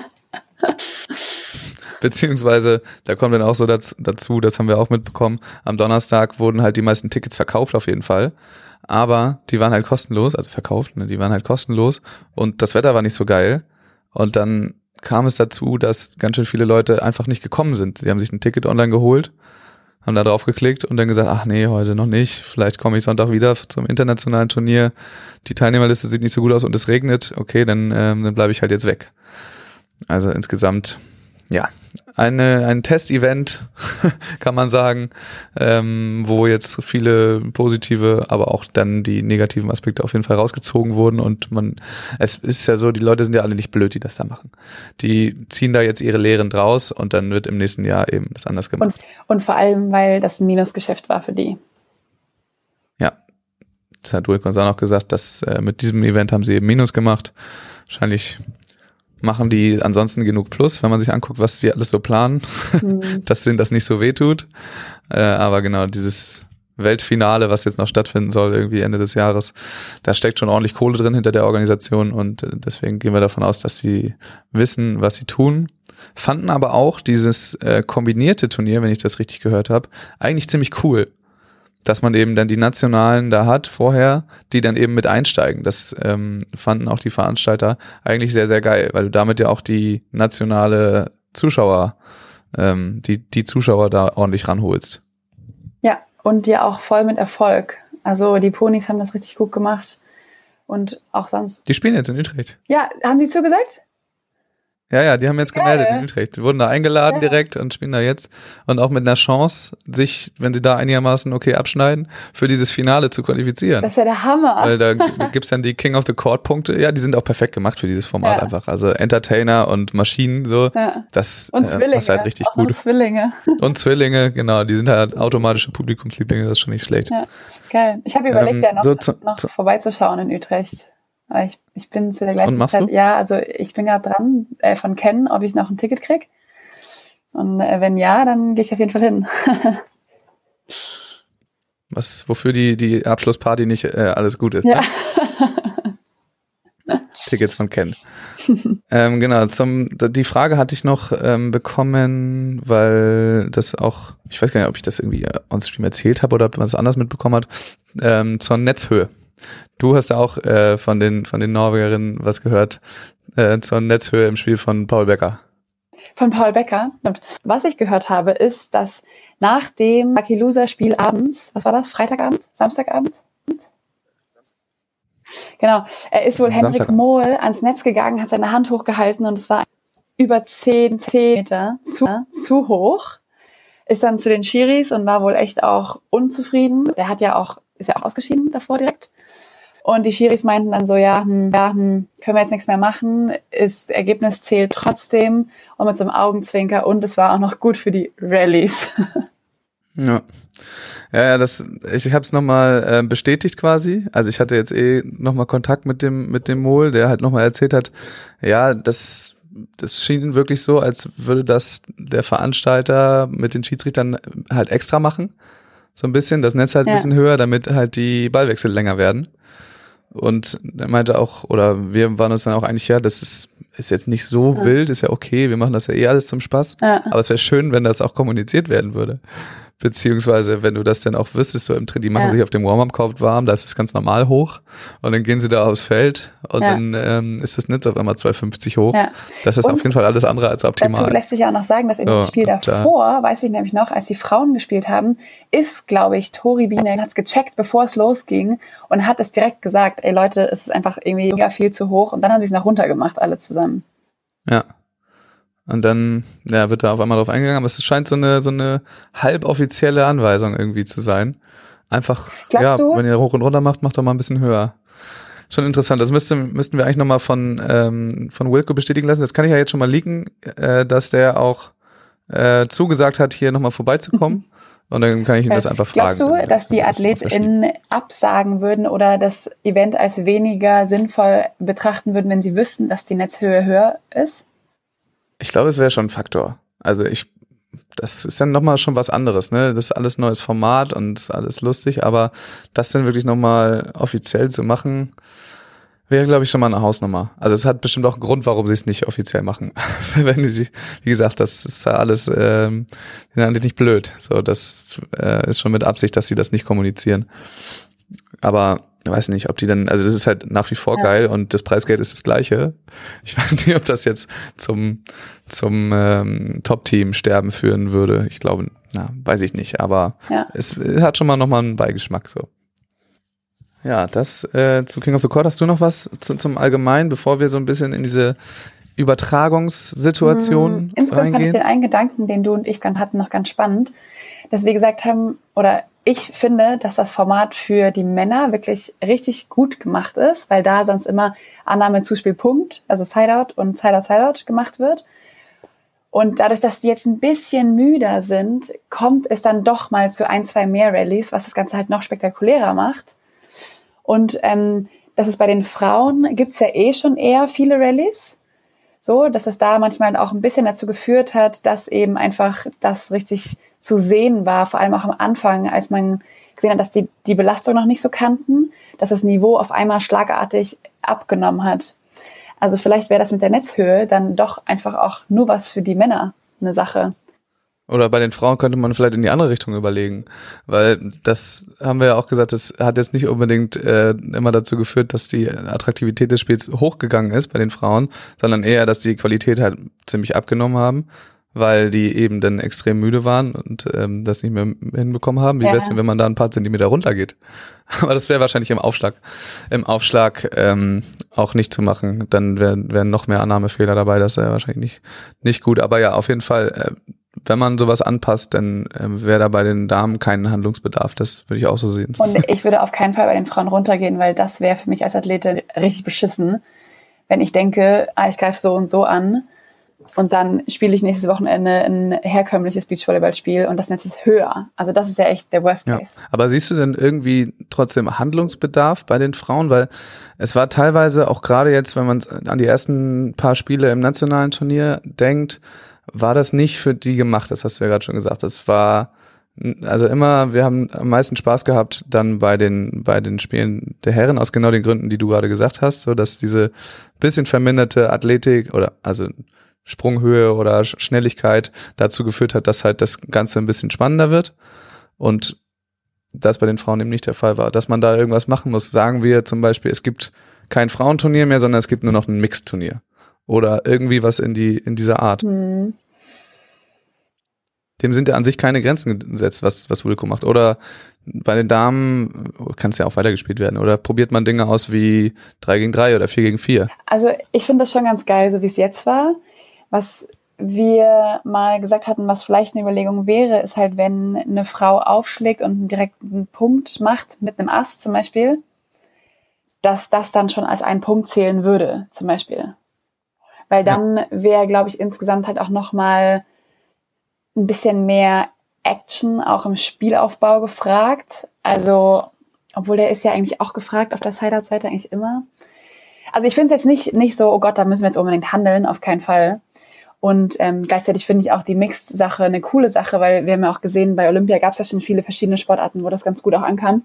Beziehungsweise, da kommt dann auch so dazu, das haben wir auch mitbekommen, am Donnerstag wurden halt die meisten Tickets verkauft auf jeden Fall. Aber die waren halt kostenlos, also verkauft, ne? Die waren halt kostenlos und das Wetter war nicht so geil. Und dann kam es dazu, dass ganz schön viele Leute einfach nicht gekommen sind. Die haben sich ein Ticket online geholt, haben da drauf geklickt und dann gesagt, ach nee, heute noch nicht, vielleicht komme ich Sonntag wieder zum internationalen Turnier. Die Teilnehmerliste sieht nicht so gut aus und es regnet, okay, dann bleibe ich halt jetzt weg. Also insgesamt, ja, ein Testevent, kann man sagen, wo jetzt viele positive, aber auch dann die negativen Aspekte auf jeden Fall rausgezogen wurden und es ist ja so, die Leute sind ja alle nicht blöd, die das da machen. Die ziehen da jetzt ihre Lehren draus und dann wird im nächsten Jahr eben das anders gemacht. Und vor allem, weil das ein Minusgeschäft war für die. Ja, das hat Wilco uns auch noch gesagt, dass mit diesem Event haben sie eben Minus gemacht. Wahrscheinlich machen die ansonsten genug Plus, wenn man sich anguckt, was die alles so planen, dass denen das nicht so wehtut. Aber genau, dieses Weltfinale, was jetzt noch stattfinden soll, irgendwie Ende des Jahres, da steckt schon ordentlich Kohle drin hinter der Organisation und deswegen gehen wir davon aus, dass sie wissen, was sie tun. Fanden aber auch dieses kombinierte Turnier, wenn ich das richtig gehört habe, eigentlich ziemlich cool. Dass man eben dann die Nationalen da hat vorher, die dann eben mit einsteigen. Das fanden auch die Veranstalter eigentlich sehr, sehr geil, weil du damit ja auch die nationale Zuschauer, die Zuschauer da ordentlich ranholst. Ja, und ja auch voll mit Erfolg. Also die Ponys haben das richtig gut gemacht und auch sonst. Die spielen jetzt in Utrecht. Ja, haben sie zugesagt? Ja, die haben jetzt gemeldet in Utrecht. Die wurden da eingeladen direkt und spielen da jetzt. Und auch mit einer Chance, sich, wenn sie da einigermaßen okay abschneiden, für dieses Finale zu qualifizieren. Das ist ja der Hammer. Weil da gibt's dann die King of the Court Punkte. Ja, die sind auch perfekt gemacht für dieses Format einfach. Also Entertainer und Maschinen, so. Ja. Das und Zwillinge. passt halt richtig gut. Und Zwillinge. Und Zwillinge, genau. Die sind halt automatische Publikumslieblinge. Das ist schon nicht schlecht. Ja, geil. Ich habe überlegt, ja noch vorbeizuschauen in Utrecht. Ich bin zu der gleichen Zeit. Du? Ja, also ich bin gerade dran von Ken, ob ich noch ein Ticket krieg. Und wenn ja, dann gehe ich auf jeden Fall hin. Wofür die Abschlussparty nicht alles gut ist. Ja. Ne? Tickets von Ken. Genau, die Frage hatte ich noch bekommen, weil das auch, ich weiß gar nicht, ob ich das irgendwie on Stream erzählt habe oder ob man das anders mitbekommen hat, zur Netzhöhe. Du hast da auch von den Norwegerinnen was gehört zur Netzhöhe im Spiel von Paul Becker. Von Paul Becker. Und was ich gehört habe, ist, dass nach dem Lucky Loser Spiel abends, was war das? Freitagabend? Samstagabend? Genau. Er ist wohl Henrik Mohl ans Netz gegangen, hat seine Hand hochgehalten und es war über 10 Meter zu hoch. Ist dann zu den Schiris und war wohl echt auch unzufrieden. Er ist ja auch ausgeschieden davor direkt. Und die Schiris meinten dann so, können wir jetzt nichts mehr machen. Das Ergebnis zählt trotzdem und mit so einem Augenzwinker und es war auch noch gut für die Rallyes. Ja, ich habe es nochmal bestätigt quasi. Also ich hatte jetzt nochmal Kontakt mit dem Mohl, der halt nochmal erzählt hat, ja, das schien wirklich so, als würde das der Veranstalter mit den Schiedsrichtern halt extra machen. So ein bisschen, das Netz halt ein bisschen höher, damit halt die Ballwechsel länger werden. Und er meinte auch, oder wir waren uns dann auch einig, ja, das ist jetzt nicht so wild, ist ja okay, wir machen das ja alles zum Spaß. Ja. Aber es wäre schön, wenn das auch kommuniziert werden würde. Beziehungsweise, wenn du das dann auch wüsstest, so im Training, die machen sich auf dem Warm-Up-Korb warm, da ist es ganz normal hoch und dann gehen sie da aufs Feld und dann ist das Netz auf einmal 2,50 hoch. Ja. Das ist auf jeden Fall alles andere als optimal. Dazu lässt sich ja auch noch sagen, dass in dem Spiel davor, weiß ich nämlich noch, als die Frauen gespielt haben, ist, glaube ich, Tori Biene, hat's gecheckt, bevor es losging und hat es direkt gesagt, ey Leute, es ist einfach irgendwie mega viel zu hoch und dann haben sie es noch runtergemacht, alle zusammen. Ja. Und dann wird da auf einmal drauf eingegangen, aber es scheint so eine halboffizielle Anweisung irgendwie zu sein. Einfach, wenn ihr hoch und runter macht doch mal ein bisschen höher. Schon interessant. Das müssten wir eigentlich nochmal von Wilco bestätigen lassen. Das kann ich ja jetzt schon mal leaken, dass der auch zugesagt hat, hier nochmal vorbeizukommen. Und dann kann ich ihn das einfach fragen. Glaubst du, dass die AthletInnen absagen würden oder das Event als weniger sinnvoll betrachten würden, wenn sie wüssten, dass die Netzhöhe höher ist? Ich glaube, es wäre schon ein Faktor. Also das ist dann nochmal schon was anderes, ne? Das ist alles neues Format und alles lustig, aber das dann wirklich nochmal offiziell zu machen, wäre, glaube ich, schon mal eine Hausnummer. Also es hat bestimmt auch einen Grund, warum sie es nicht offiziell machen. Wenn die sich, wie gesagt, das ist alles, die sind eigentlich nicht blöd. So, das ist schon mit Absicht, dass sie das nicht kommunizieren. Aber ich weiß nicht, ob die dann, also das ist halt nach wie vor geil und das Preisgeld ist das gleiche. Ich weiß nicht, ob das jetzt zum Top-Team sterben führen würde. Ich glaube, weiß ich nicht, aber es hat schon mal nochmal einen Beigeschmack so. Ja, das zu King of the Court. Hast du noch was zum Allgemeinen, bevor wir so ein bisschen in diese Übertragungssituation Insgesamt fand ich reingehen? den einen Gedanken, den du und ich hatten, noch ganz spannend, dass wir gesagt haben, oder ich finde, dass das Format für die Männer wirklich richtig gut gemacht ist, weil da sonst immer Annahme, Zuspiel, Punkt, also Sideout und Sideout gemacht wird. Und dadurch, dass die jetzt ein bisschen müder sind, kommt es dann doch mal zu 1, 2 mehr Rallyes, was das Ganze halt noch spektakulärer macht. Und das ist bei den Frauen, gibt's ja schon eher viele Rallyes. So, dass es da manchmal auch ein bisschen dazu geführt hat, dass eben einfach das richtig zu sehen war, vor allem auch am Anfang, als man gesehen hat, dass die Belastung noch nicht so kannten, dass das Niveau auf einmal schlagartig abgenommen hat. Also vielleicht wäre das mit der Netzhöhe dann doch einfach auch nur was für die Männer eine Sache. Oder bei den Frauen könnte man vielleicht in die andere Richtung überlegen, weil das haben wir ja auch gesagt, das hat jetzt nicht unbedingt immer dazu geführt, dass die Attraktivität des Spiels hochgegangen ist bei den Frauen, sondern eher, dass die Qualität halt ziemlich abgenommen haben, weil die eben dann extrem müde waren und das nicht mehr hinbekommen haben. Wie wär's denn, wenn man da ein paar Zentimeter runtergeht? Aber das wäre wahrscheinlich im Aufschlag auch nicht zu machen. Dann wären noch mehr Annahmefehler dabei, das wäre wahrscheinlich nicht gut. Aber ja, auf jeden Fall, wenn man sowas anpasst, dann wäre da bei den Damen kein Handlungsbedarf. Das würde ich auch so sehen. Und ich würde auf keinen Fall bei den Frauen runtergehen, weil das wäre für mich als Athletin richtig beschissen, wenn ich denke, ich greife so und so an und dann spiele ich nächstes Wochenende ein herkömmliches Beachvolleyballspiel und das Netz ist höher. Also das ist ja echt der Worst Case. Ja. Aber siehst du denn irgendwie trotzdem Handlungsbedarf bei den Frauen? Weil es war teilweise auch gerade jetzt, wenn man an die ersten paar Spiele im nationalen Turnier denkt, war das nicht für die gemacht, das hast du ja gerade schon gesagt. Das war, also immer, wir haben am meisten Spaß gehabt dann bei den Spielen der Herren, aus genau den Gründen, die du gerade gesagt hast, so dass diese bisschen verminderte Athletik oder also Sprunghöhe oder Schnelligkeit dazu geführt hat, dass halt das Ganze ein bisschen spannender wird und das bei den Frauen eben nicht der Fall war. Dass man da irgendwas machen muss, sagen wir zum Beispiel, es gibt kein Frauenturnier mehr, sondern es gibt nur noch ein Mixed-Turnier. Oder irgendwie was in dieser Art. Dem sind ja an sich keine Grenzen gesetzt, was Wilco macht. Oder bei den Damen kann es ja auch weitergespielt werden. Oder probiert man Dinge aus wie 3 gegen 3 oder 4 gegen 4? Also ich finde das schon ganz geil, so wie es jetzt war. Was wir mal gesagt hatten, was vielleicht eine Überlegung wäre, ist halt, wenn eine Frau aufschlägt und direkt einen Punkt macht, mit einem Ass zum Beispiel, dass das dann schon als einen Punkt zählen würde, zum Beispiel. Weil dann wäre, glaube ich, insgesamt halt auch nochmal ein bisschen mehr Action auch im Spielaufbau gefragt. Also, obwohl der ist ja eigentlich auch gefragt auf der Sideout-Seite eigentlich immer. Also ich finde es jetzt nicht so, oh Gott, da müssen wir jetzt unbedingt handeln, auf keinen Fall. Und gleichzeitig finde ich auch die Mixed-Sache eine coole Sache, weil wir haben ja auch gesehen, bei Olympia gab es ja schon viele verschiedene Sportarten, wo das ganz gut auch ankam.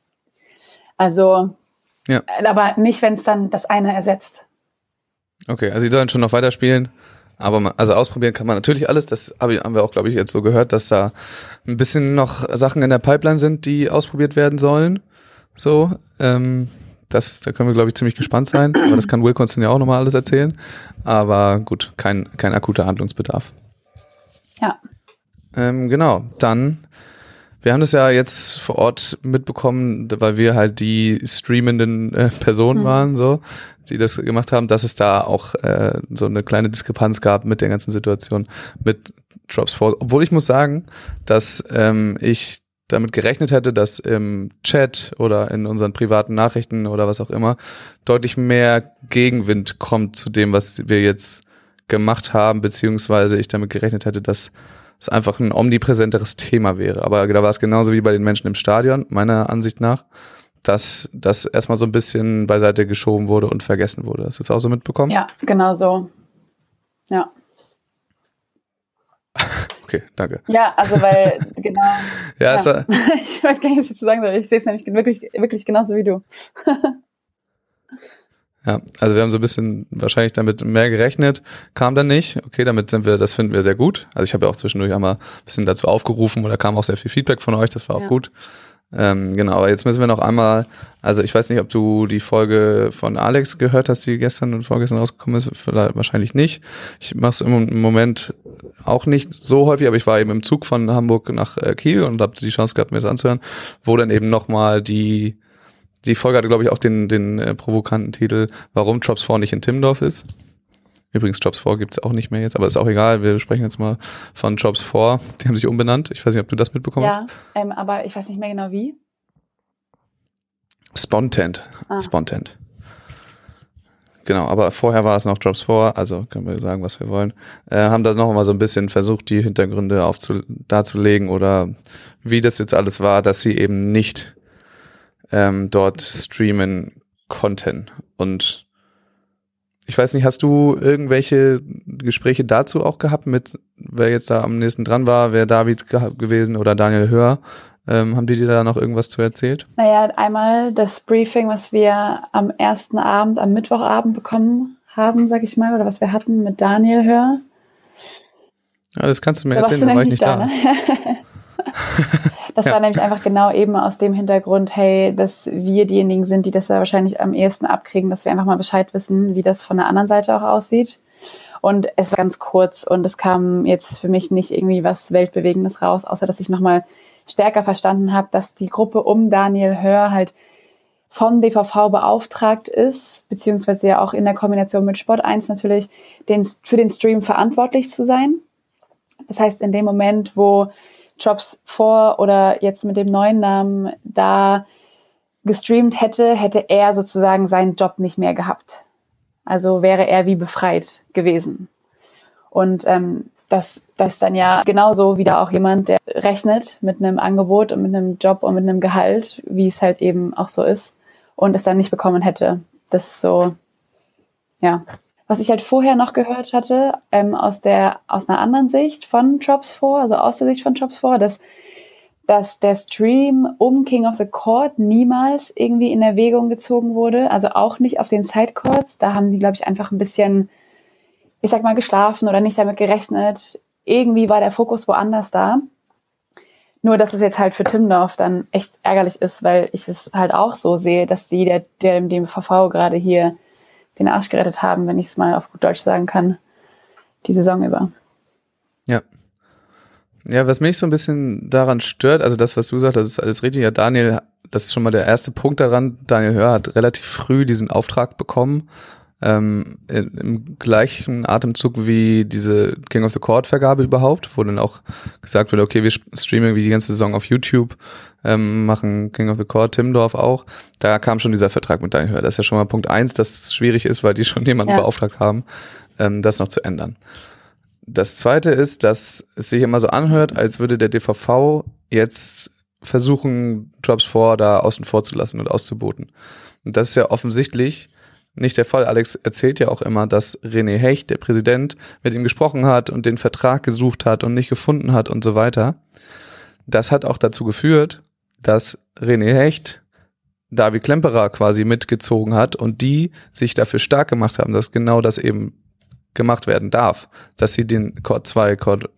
Also, aber nicht, wenn es dann das eine ersetzt. Okay, also die sollen schon noch weiterspielen, aber also ausprobieren kann man natürlich alles. Das haben wir auch, glaube ich, jetzt so gehört, dass da ein bisschen noch Sachen in der Pipeline sind, die ausprobiert werden sollen. So, da können wir, glaube ich, ziemlich gespannt sein. Aber das kann Wilco uns dann ja auch nochmal alles erzählen. Aber gut, kein akuter Handlungsbedarf. Ja. Genau, dann, wir haben das ja jetzt vor Ort mitbekommen, weil wir halt die streamenden Personen waren, so, die das gemacht haben, dass es da auch so eine kleine Diskrepanz gab mit der ganzen Situation mit Drops 4. Obwohl ich muss sagen, dass ich damit gerechnet hätte, dass im Chat oder in unseren privaten Nachrichten oder was auch immer deutlich mehr Gegenwind kommt zu dem, was wir jetzt gemacht haben, beziehungsweise ich damit gerechnet hätte, dass es einfach ein omnipräsenteres Thema wäre. Aber da war es genauso wie bei den Menschen im Stadion, meiner Ansicht nach, dass das erstmal so ein bisschen beiseite geschoben wurde und vergessen wurde. Hast du das auch so mitbekommen? Ja, genau so. Ja. Okay, danke. Ja, also weil, genau. Ja. Ich weiß gar nicht, was ich zu sagen soll. Ich sehe es nämlich wirklich genauso wie du. Ja, also wir haben so ein bisschen wahrscheinlich damit mehr gerechnet, kam dann nicht. Okay, das finden wir sehr gut. Also ich habe ja auch zwischendurch einmal ein bisschen dazu aufgerufen und da kam auch sehr viel Feedback von euch, das war auch gut. Genau, aber jetzt müssen wir noch einmal, also ich weiß nicht, ob du die Folge von Alex gehört hast, die gestern und vorgestern rausgekommen ist, vielleicht wahrscheinlich nicht. Ich mache es im Moment auch nicht so häufig, aber ich war eben im Zug von Hamburg nach Kiel und habe die Chance gehabt, mir das anzuhören, wo dann eben nochmal die Folge hatte, glaube ich, auch den provokanten Titel, warum Drops 4 nicht in Timmendorf ist. Übrigens, Drops 4 gibt's auch nicht mehr jetzt, aber ist auch egal. Wir sprechen jetzt mal von Drops 4. Die haben sich umbenannt. Ich weiß nicht, ob du das mitbekommen hast. Ja, aber ich weiß nicht mehr genau wie. Spontent. Genau, aber vorher war es noch Drops 4, also können wir sagen, was wir wollen. Haben da noch mal so ein bisschen versucht, die Hintergründe darzulegen oder wie das jetzt alles war, dass sie eben nicht dort streamen konnten. Und Ich weiß nicht, hast du irgendwelche Gespräche dazu auch gehabt mit, wer jetzt da am nächsten dran war, wäre David gewesen oder Daniel Hör? Haben die dir da noch irgendwas zu erzählt? Naja, einmal das Briefing, was wir am ersten Abend, am Mittwochabend bekommen haben, sag ich mal, oder was wir hatten mit Daniel Hör. Ja, das kannst du mir erzählen, da war ich nicht da. Ne? Das war nämlich einfach genau eben aus dem Hintergrund, hey, dass wir diejenigen sind, die das da wahrscheinlich am ehesten abkriegen, dass wir einfach mal Bescheid wissen, wie das von der anderen Seite auch aussieht. Und es war ganz kurz und es kam jetzt für mich nicht irgendwie was Weltbewegendes raus, außer dass ich nochmal stärker verstanden habe, dass die Gruppe um Daniel Hör halt vom DVV beauftragt ist, beziehungsweise ja auch in der Kombination mit Sport 1 natürlich, für den Stream verantwortlich zu sein. Das heißt, in dem Moment, wo Drops 4 oder jetzt mit dem neuen Namen da gestreamt hätte er sozusagen seinen Job nicht mehr gehabt. Also wäre er wie befreit gewesen. Und das ist dann ja genauso wieder auch jemand, der rechnet mit einem Angebot und mit einem Job und mit einem Gehalt, wie es halt eben auch so ist, und es dann nicht bekommen hätte. Das ist so, ja. Was ich halt vorher noch gehört hatte, aus einer anderen Sicht von Drops 4, also aus der Sicht von Drops 4, dass der Stream um King of the Court niemals irgendwie in Erwägung gezogen wurde, also auch nicht auf den Sidecourts. Da haben die, glaube ich, einfach ein bisschen, ich sag mal, geschlafen oder nicht damit gerechnet. Irgendwie war der Fokus woanders da. Nur, dass es jetzt halt für Timmendorf dann echt ärgerlich ist, weil ich es halt auch so sehe, dass die, der im DVV gerade hier den Arsch gerettet haben, wenn ich es mal auf gut Deutsch sagen kann, die Saison über. Ja. Ja, was mich so ein bisschen daran stört, also das, was du sagst, das ist alles richtig. Ja, Daniel, das ist schon mal der erste Punkt daran. Daniel Hör hat relativ früh diesen Auftrag bekommen, im gleichen Atemzug wie diese King of the Court Vergabe überhaupt, wo dann auch gesagt wurde, okay, wir streamen irgendwie die ganze Saison auf YouTube, machen King of the Court, Timmendorf auch. Da kam schon dieser Vertrag mit Daniel Hör. Das ist ja schon mal Punkt 1, dass es schwierig ist, weil die schon jemanden beauftragt haben, das noch zu ändern. Das Zweite ist, dass es sich immer so anhört, als würde der DVV jetzt versuchen, Drops 4 da außen vor zu lassen und auszuboten. Und das ist ja offensichtlich nicht der Fall. Alex erzählt ja auch immer, dass René Hecht, der Präsident, mit ihm gesprochen hat und den Vertrag gesucht hat und nicht gefunden hat und so weiter. Das hat auch dazu geführt, dass René Hecht David Klemperer quasi mitgezogen hat und die sich dafür stark gemacht haben, dass genau das eben gemacht werden darf, dass sie den Court 2,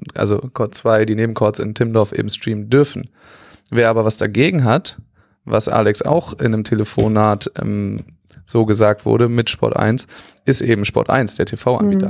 die Nebencourts in Timmendorf eben streamen dürfen. Wer aber was dagegen hat, was Alex auch in einem Telefonat so gesagt wurde mit Sport 1, ist eben Sport 1, der TV-Anbieter.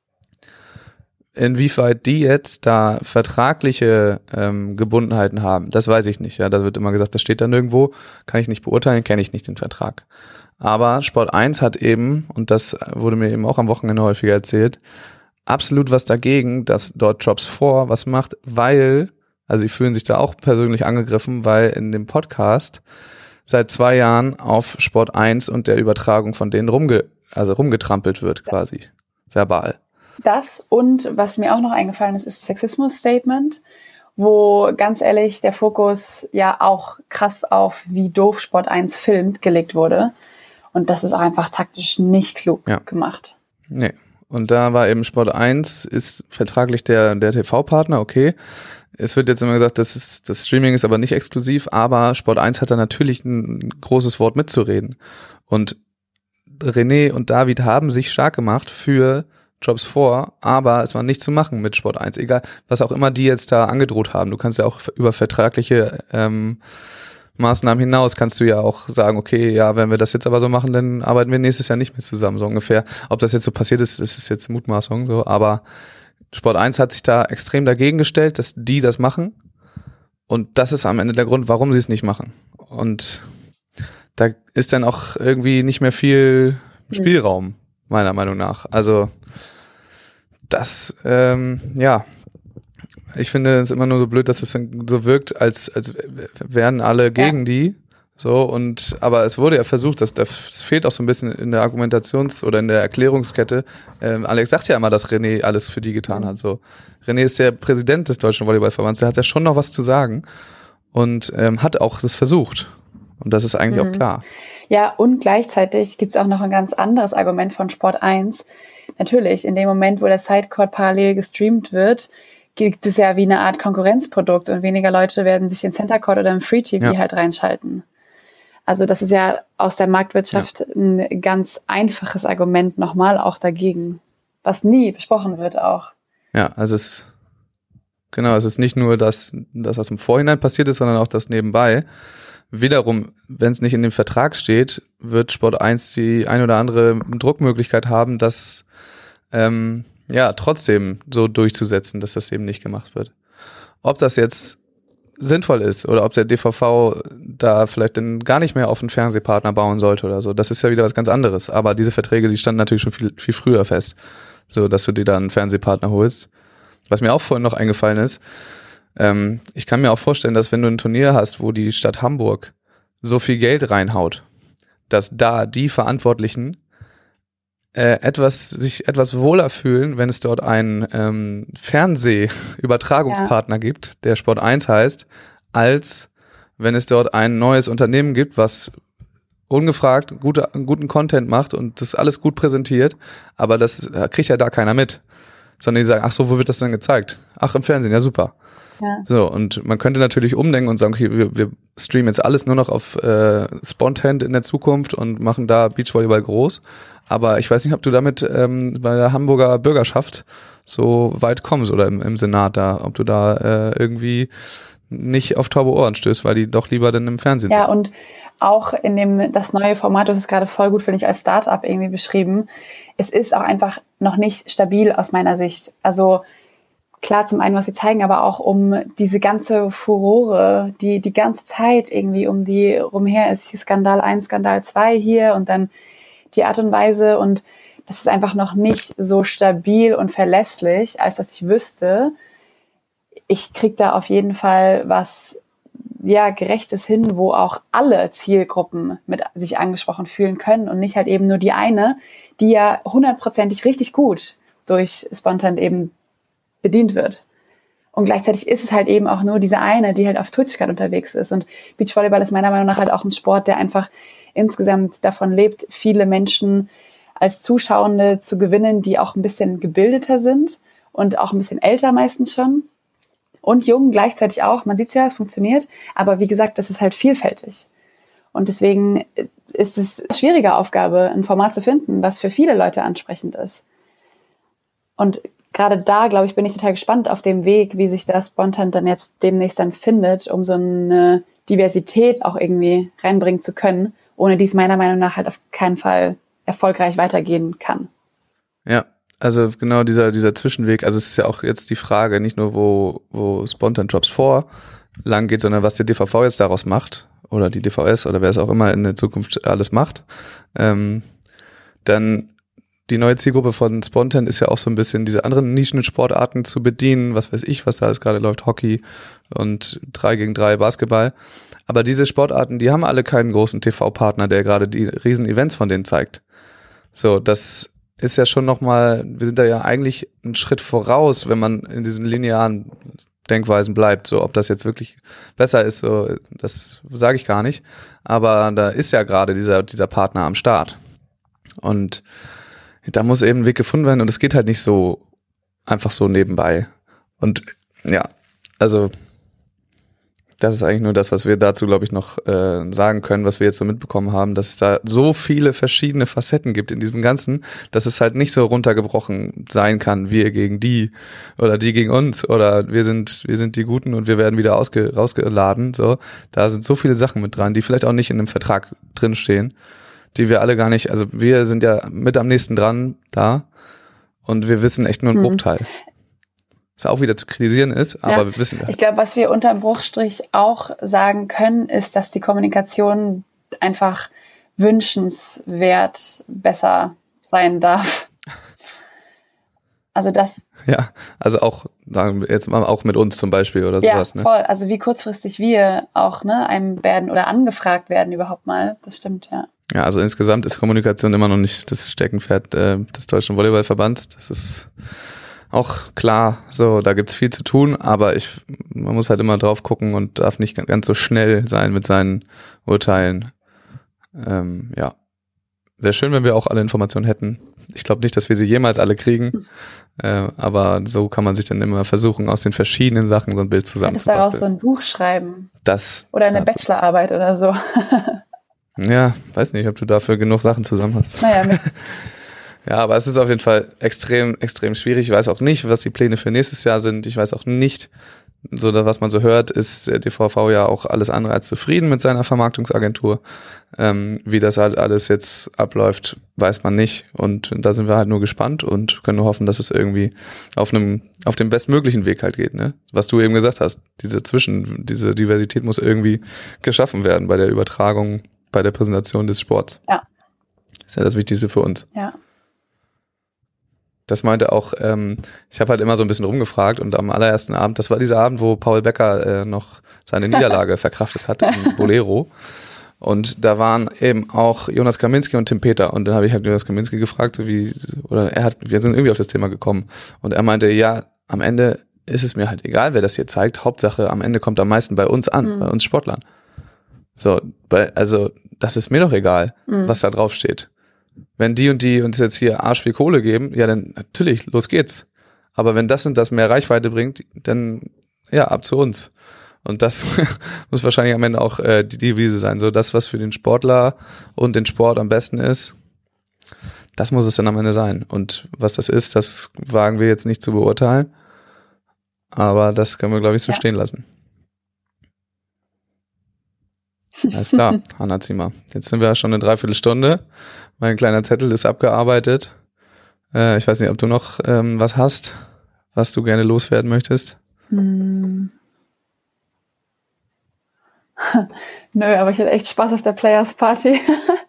Inwieweit die jetzt da vertragliche Gebundenheiten haben, das weiß ich nicht. Ja, da wird immer gesagt, das steht da nirgendwo, kann ich nicht beurteilen, kenne ich nicht den Vertrag. Aber Sport 1 hat eben, und das wurde mir eben auch am Wochenende häufiger erzählt, absolut was dagegen, dass dort Drops 4 was macht, weil, also sie fühlen sich da auch persönlich angegriffen, weil in dem Podcast seit 2 Jahren auf Sport 1 und der Übertragung von denen rumgetrampelt wird quasi, verbal. Das und was mir auch noch eingefallen ist Sexismus-Statement, wo ganz ehrlich der Fokus ja auch krass auf wie doof Sport 1 filmt gelegt wurde. Und das ist auch einfach taktisch nicht klug gemacht. Nee. Und da war eben Sport 1 ist vertraglich der TV-Partner, okay. Es wird jetzt immer gesagt, das Streaming ist aber nicht exklusiv, aber Sport 1 hat da natürlich ein großes Wort mitzureden. Und René und David haben sich stark gemacht für Drops 4, aber es war nicht zu machen mit Sport 1, egal, was auch immer die jetzt da angedroht haben. Du kannst ja auch über vertragliche Maßnahmen hinaus, kannst du ja auch sagen, okay, ja, wenn wir das jetzt aber so machen, dann arbeiten wir nächstes Jahr nicht mehr zusammen, so ungefähr. Ob das jetzt so passiert ist, das ist jetzt Mutmaßung, so, aber Sport 1 hat sich da extrem dagegen gestellt, dass die das machen, und das ist am Ende der Grund, warum sie es nicht machen. Und da ist dann auch irgendwie nicht mehr viel Spielraum, meiner Meinung nach. Also das, ich finde es immer nur so blöd, dass es so wirkt, als wären alle gegen die. So, aber es wurde ja versucht, es fehlt auch so ein bisschen in der Argumentations- oder in der Erklärungskette. Alex sagt ja immer, dass René alles für die getan hat. So, René ist der Präsident des Deutschen Volleyballverbands, der hat ja schon noch was zu sagen und hat auch das versucht. Und das ist eigentlich auch klar. Ja, und gleichzeitig gibt's auch noch ein ganz anderes Argument von Sport 1. Natürlich, in dem Moment, wo der Sidecourt parallel gestreamt wird, gibt es ja wie eine Art Konkurrenzprodukt und weniger Leute werden sich in Centercourt oder im Free TV halt reinschalten. Also das ist ja aus der Marktwirtschaft ein ganz einfaches Argument nochmal auch dagegen, was nie besprochen wird auch. Ja, also es ist nicht nur das, was im Vorhinein passiert ist, sondern auch das nebenbei. Wiederum, wenn es nicht in dem Vertrag steht, wird Sport 1 die ein oder andere Druckmöglichkeit haben, das trotzdem so durchzusetzen, dass das eben nicht gemacht wird. Ob das jetzt sinnvoll ist oder ob der DVV da vielleicht dann gar nicht mehr auf einen Fernsehpartner bauen sollte oder so, das ist ja wieder was ganz anderes. Aber diese Verträge, die standen natürlich schon viel, viel früher fest, so dass du dir da einen Fernsehpartner holst. Was mir auch vorhin noch eingefallen ist, ich kann mir auch vorstellen, dass wenn du ein Turnier hast, wo die Stadt Hamburg so viel Geld reinhaut, dass da die Verantwortlichen sich etwas wohler fühlen, wenn es dort einen Fernsehübertragungspartner gibt, der Sport 1 heißt, als wenn es dort ein neues Unternehmen gibt, was ungefragt guten Content macht und das alles gut präsentiert, aber das kriegt ja da keiner mit. Sondern die sagen, ach so, wo wird das denn gezeigt? Ach, im Fernsehen, ja super. Ja. So, und man könnte natürlich umdenken und sagen, okay, wir streamen jetzt alles nur noch auf Spontent in der Zukunft und machen da Beachvolleyball groß. Aber ich weiß nicht, ob du damit bei der Hamburger Bürgerschaft so weit kommst oder im Senat da, ob du da irgendwie nicht auf taube Ohren stößt, weil die doch lieber dann im Fernsehen sind. Ja, und auch das neue Format, das ist gerade voll gut, finde ich, als Startup irgendwie beschrieben. Es ist auch einfach noch nicht stabil aus meiner Sicht. Also klar, zum einen, was sie zeigen, aber auch um diese ganze Furore, die ganze Zeit irgendwie um die rumher ist. Hier Skandal 1, Skandal 2 hier und dann die Art und Weise. Und das ist einfach noch nicht so stabil und verlässlich, als dass ich wüsste, ich kriege da auf jeden Fall was Gerechtes hin, wo auch alle Zielgruppen mit sich angesprochen fühlen können und nicht halt eben nur die eine, die ja 100%ig richtig gut durch Spontent eben bedient wird. Und gleichzeitig ist es halt eben auch nur diese eine, die halt auf Twitch gerade unterwegs ist. Und Beachvolleyball ist meiner Meinung nach halt auch ein Sport, der einfach insgesamt davon lebt, viele Menschen als Zuschauende zu gewinnen, die auch ein bisschen gebildeter sind und auch ein bisschen älter meistens schon. Und jung gleichzeitig auch. Man sieht es ja, es funktioniert. Aber wie gesagt, das ist halt vielfältig. Und deswegen ist es eine schwierige Aufgabe, ein Format zu finden, was für viele Leute ansprechend ist. Und gerade da, glaube ich, bin ich total gespannt auf dem Weg, wie sich das Spontent dann jetzt demnächst dann findet, um so eine Diversität auch irgendwie reinbringen zu können, ohne die es meiner Meinung nach halt auf keinen Fall erfolgreich weitergehen kann. Ja, also genau dieser Zwischenweg, also es ist ja auch jetzt die Frage, nicht nur wo Spontent Drops vor lang geht, sondern was der DVV jetzt daraus macht oder die DVS oder wer es auch immer in der Zukunft alles macht. Dann die neue Zielgruppe von Spontent ist ja auch so ein bisschen diese anderen Nischensportarten zu bedienen, was weiß ich, was da alles gerade läuft, Hockey und 3 gegen 3 Basketball. Aber diese Sportarten, die haben alle keinen großen TV-Partner, der gerade die riesen Events von denen zeigt. So, das ist ja schon nochmal, wir sind da ja eigentlich einen Schritt voraus, wenn man in diesen linearen Denkweisen bleibt. So, ob das jetzt wirklich besser ist, so, das sage ich gar nicht. Aber da ist ja gerade dieser Partner am Start. Und da muss eben ein Weg gefunden werden und es geht halt nicht so einfach so nebenbei. Und ja, also das ist eigentlich nur das, was wir dazu, glaube ich, noch sagen können, was wir jetzt so mitbekommen haben, dass es da so viele verschiedene Facetten gibt in diesem Ganzen, dass es halt nicht so runtergebrochen sein kann, wir gegen die oder die gegen uns oder wir sind die Guten und wir werden wieder rausgeladen. So, da sind so viele Sachen mit dran, die vielleicht auch nicht in einem Vertrag drinstehen, die wir alle gar nicht, also wir sind ja mit am nächsten dran da und wir wissen echt nur einen Bruchteil. Was auch wieder zu kritisieren ist, aber wissen wir. Ich glaube, was wir unterm Bruchstrich auch sagen können, ist, dass die Kommunikation einfach wünschenswert besser sein darf. Also das. Ja, also auch, sagen wir jetzt mal auch mit uns zum Beispiel oder sowas. Ja, voll. Also wie kurzfristig wir auch einem werden oder angefragt werden überhaupt mal. Das stimmt, ja. Ja, also insgesamt ist Kommunikation immer noch nicht das Steckenpferd des Deutschen Volleyballverbands. Das ist auch klar, so, da gibt's viel zu tun, aber man muss halt immer drauf gucken und darf nicht ganz so schnell sein mit seinen Urteilen. Ja. Wäre schön, wenn wir auch alle Informationen hätten. Ich glaube nicht, dass wir sie jemals alle kriegen, aber so kann man sich dann immer versuchen, aus den verschiedenen Sachen so ein Bild zusammenzubasteln. Könntest daraus so ein Buch schreiben? Das. Oder eine Bachelorarbeit oder so. Ja, weiß nicht, ob du dafür genug Sachen zusammen hast. Naja, ja, aber es ist auf jeden Fall extrem, extrem schwierig. Ich weiß auch nicht, was die Pläne für nächstes Jahr sind. Ich weiß auch nicht, so was man so hört, ist der DVV ja auch alles andere als zufrieden mit seiner Vermarktungsagentur. Wie das halt alles jetzt abläuft, weiß man nicht. Und da sind wir halt nur gespannt und können nur hoffen, dass es irgendwie auf dem bestmöglichen Weg halt geht, ne? Was du eben gesagt hast. Diese Diversität muss irgendwie geschaffen werden bei der Übertragung, bei der Präsentation des Sports. Ja. Ist ja das Wichtigste für uns. Ja. Das meinte auch, ich habe halt immer so ein bisschen rumgefragt und am allerersten Abend, das war dieser Abend, wo Paul Becker noch seine Niederlage verkraftet hat im Bolero. Und da waren eben auch Jonas Kaminski und Tim Peter. Und dann habe ich halt Jonas Kaminski gefragt, wir sind irgendwie auf das Thema gekommen. Und er meinte, ja, am Ende ist es mir halt egal, wer das hier zeigt. Hauptsache, am Ende kommt am meisten bei uns an, bei uns Sportlern. So, also das ist mir doch egal, was da drauf steht. Wenn die und die uns jetzt hier arsch viel Kohle geben, ja, dann natürlich, los geht's. Aber wenn das und das mehr Reichweite bringt, dann ja, ab zu uns. Und das muss wahrscheinlich am Ende auch die Devise sein. So das, was für den Sportler und den Sport am besten ist, das muss es dann am Ende sein. Und was das ist, das wagen wir jetzt nicht zu beurteilen. Aber das können wir, glaube ich, so stehen lassen. Alles klar, Hannah Ziemer. Jetzt sind wir schon eine Dreiviertelstunde. Mein kleiner Zettel ist abgearbeitet. Ich weiß nicht, ob du noch was hast, was du gerne loswerden möchtest. Nö, aber ich hatte echt Spaß auf der Players Party.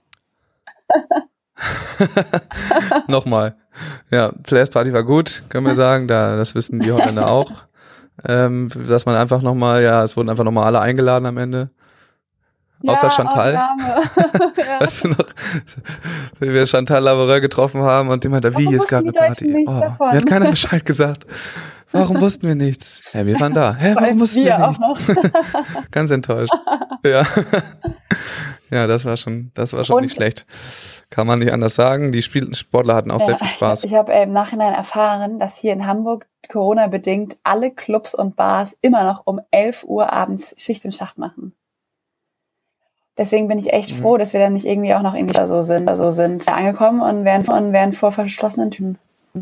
Nochmal. Ja, Players Party war gut, können wir sagen. Das wissen die Holländer auch. Dass man einfach nochmal, es wurden einfach nochmal alle eingeladen am Ende. Außer Chantal. Ja. Weißt du noch, wie wir Chantal Lavoreur getroffen haben und die meinte, wie, es gab eine Party. Mir hat keiner Bescheid gesagt. Warum wussten wir nichts? Ja, wir waren da. Warum wussten wir nichts? Ganz enttäuscht. Ja. Ja, das war schon nicht schlecht. Kann man nicht anders sagen. Die Sportler hatten auch sehr viel Spaß. Ich habe im Nachhinein erfahren, dass hier in Hamburg Corona-bedingt alle Clubs und Bars immer noch um 11 Uhr abends Schicht im Schacht machen. Deswegen bin ich echt froh, dass wir dann nicht irgendwie auch noch irgendwie so sind angekommen und wären vor verschlossenen Türen.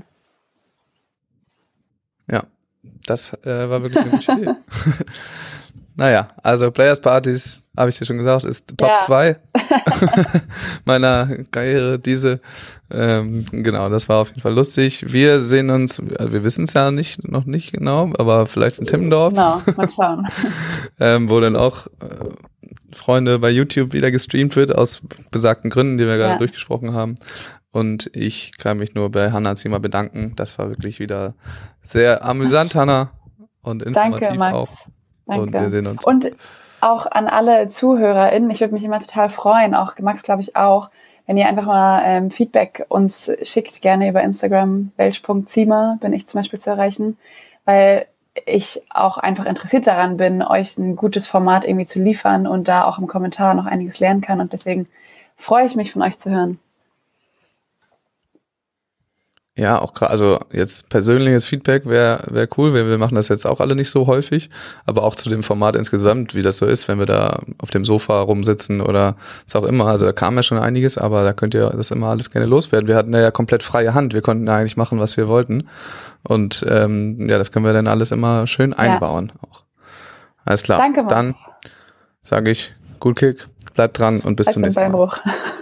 Ja, das war wirklich eine gute Idee. Naja, also Players Partys, habe ich dir schon gesagt, ist Top 2 meiner Karriere. Genau, das war auf jeden Fall lustig. Wir sehen uns, also wir wissen es ja noch nicht genau, aber vielleicht in Timmendorf. Genau, mal schauen. Wo dann auch Freunde bei YouTube wieder gestreamt wird, aus besagten Gründen, die wir gerade durchgesprochen haben. Und ich kann mich nur bei Hannah Ziemer bedanken. Das war wirklich wieder sehr amüsant, Hannah, und informativ. Danke, Max. Auch. Danke. Und wir sehen uns. Und auch an alle ZuhörerInnen, ich würde mich immer total freuen, auch Max, glaube ich auch, wenn ihr einfach mal Feedback uns schickt, gerne über Instagram, welch.ziemer bin ich zum Beispiel zu erreichen, weil ich auch einfach interessiert daran bin, euch ein gutes Format irgendwie zu liefern und da auch im Kommentar noch einiges lernen kann, und deswegen freue ich mich, von euch zu hören. Ja, auch gerade, also jetzt persönliches Feedback wäre cool. Wir machen das jetzt auch alle nicht so häufig, aber auch zu dem Format insgesamt, wie das so ist, wenn wir da auf dem Sofa rumsitzen oder was auch immer. Also da kam ja schon einiges, aber da könnt ihr das immer alles gerne loswerden. Wir hatten ja komplett freie Hand. Wir konnten ja eigentlich machen, was wir wollten. Und das können wir dann alles immer schön einbauen. Auch. Alles klar. Danke, Max. Dann sage ich, gut Kick, bleibt dran und bis zum nächsten Mal. Beinbruch.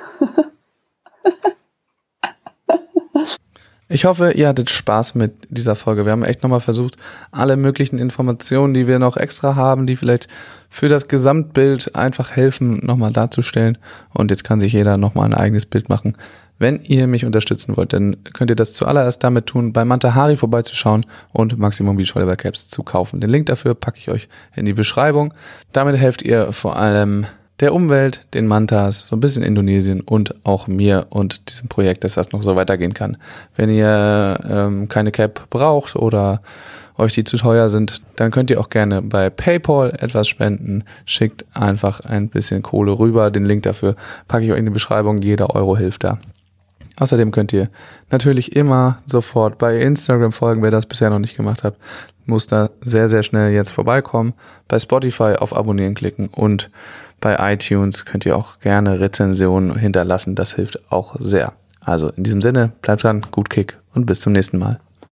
Ich hoffe, ihr hattet Spaß mit dieser Folge. Wir haben echt nochmal versucht, alle möglichen Informationen, die wir noch extra haben, die vielleicht für das Gesamtbild einfach helfen, nochmal darzustellen. Und jetzt kann sich jeder nochmal ein eigenes Bild machen. Wenn ihr mich unterstützen wollt, dann könnt ihr das zuallererst damit tun, bei Manta Hari vorbeizuschauen und Maximum Beach Volleyball Caps zu kaufen. Den Link dafür packe ich euch in die Beschreibung. Damit helft ihr vor allem der Umwelt, den Mantas, so ein bisschen Indonesien und auch mir und diesem Projekt, dass das noch so weitergehen kann. Wenn ihr keine Cap braucht oder euch die zu teuer sind, dann könnt ihr auch gerne bei PayPal etwas spenden. Schickt einfach ein bisschen Kohle rüber. Den Link dafür packe ich euch in die Beschreibung. Jeder Euro hilft da. Außerdem könnt ihr natürlich immer sofort bei Instagram folgen, wer das bisher noch nicht gemacht hat. Muss da sehr, sehr schnell jetzt vorbeikommen. Bei Spotify auf Abonnieren klicken und bei iTunes könnt ihr auch gerne Rezensionen hinterlassen. Das hilft auch sehr. Also in diesem Sinne, bleibt dran, gut Kick und bis zum nächsten Mal.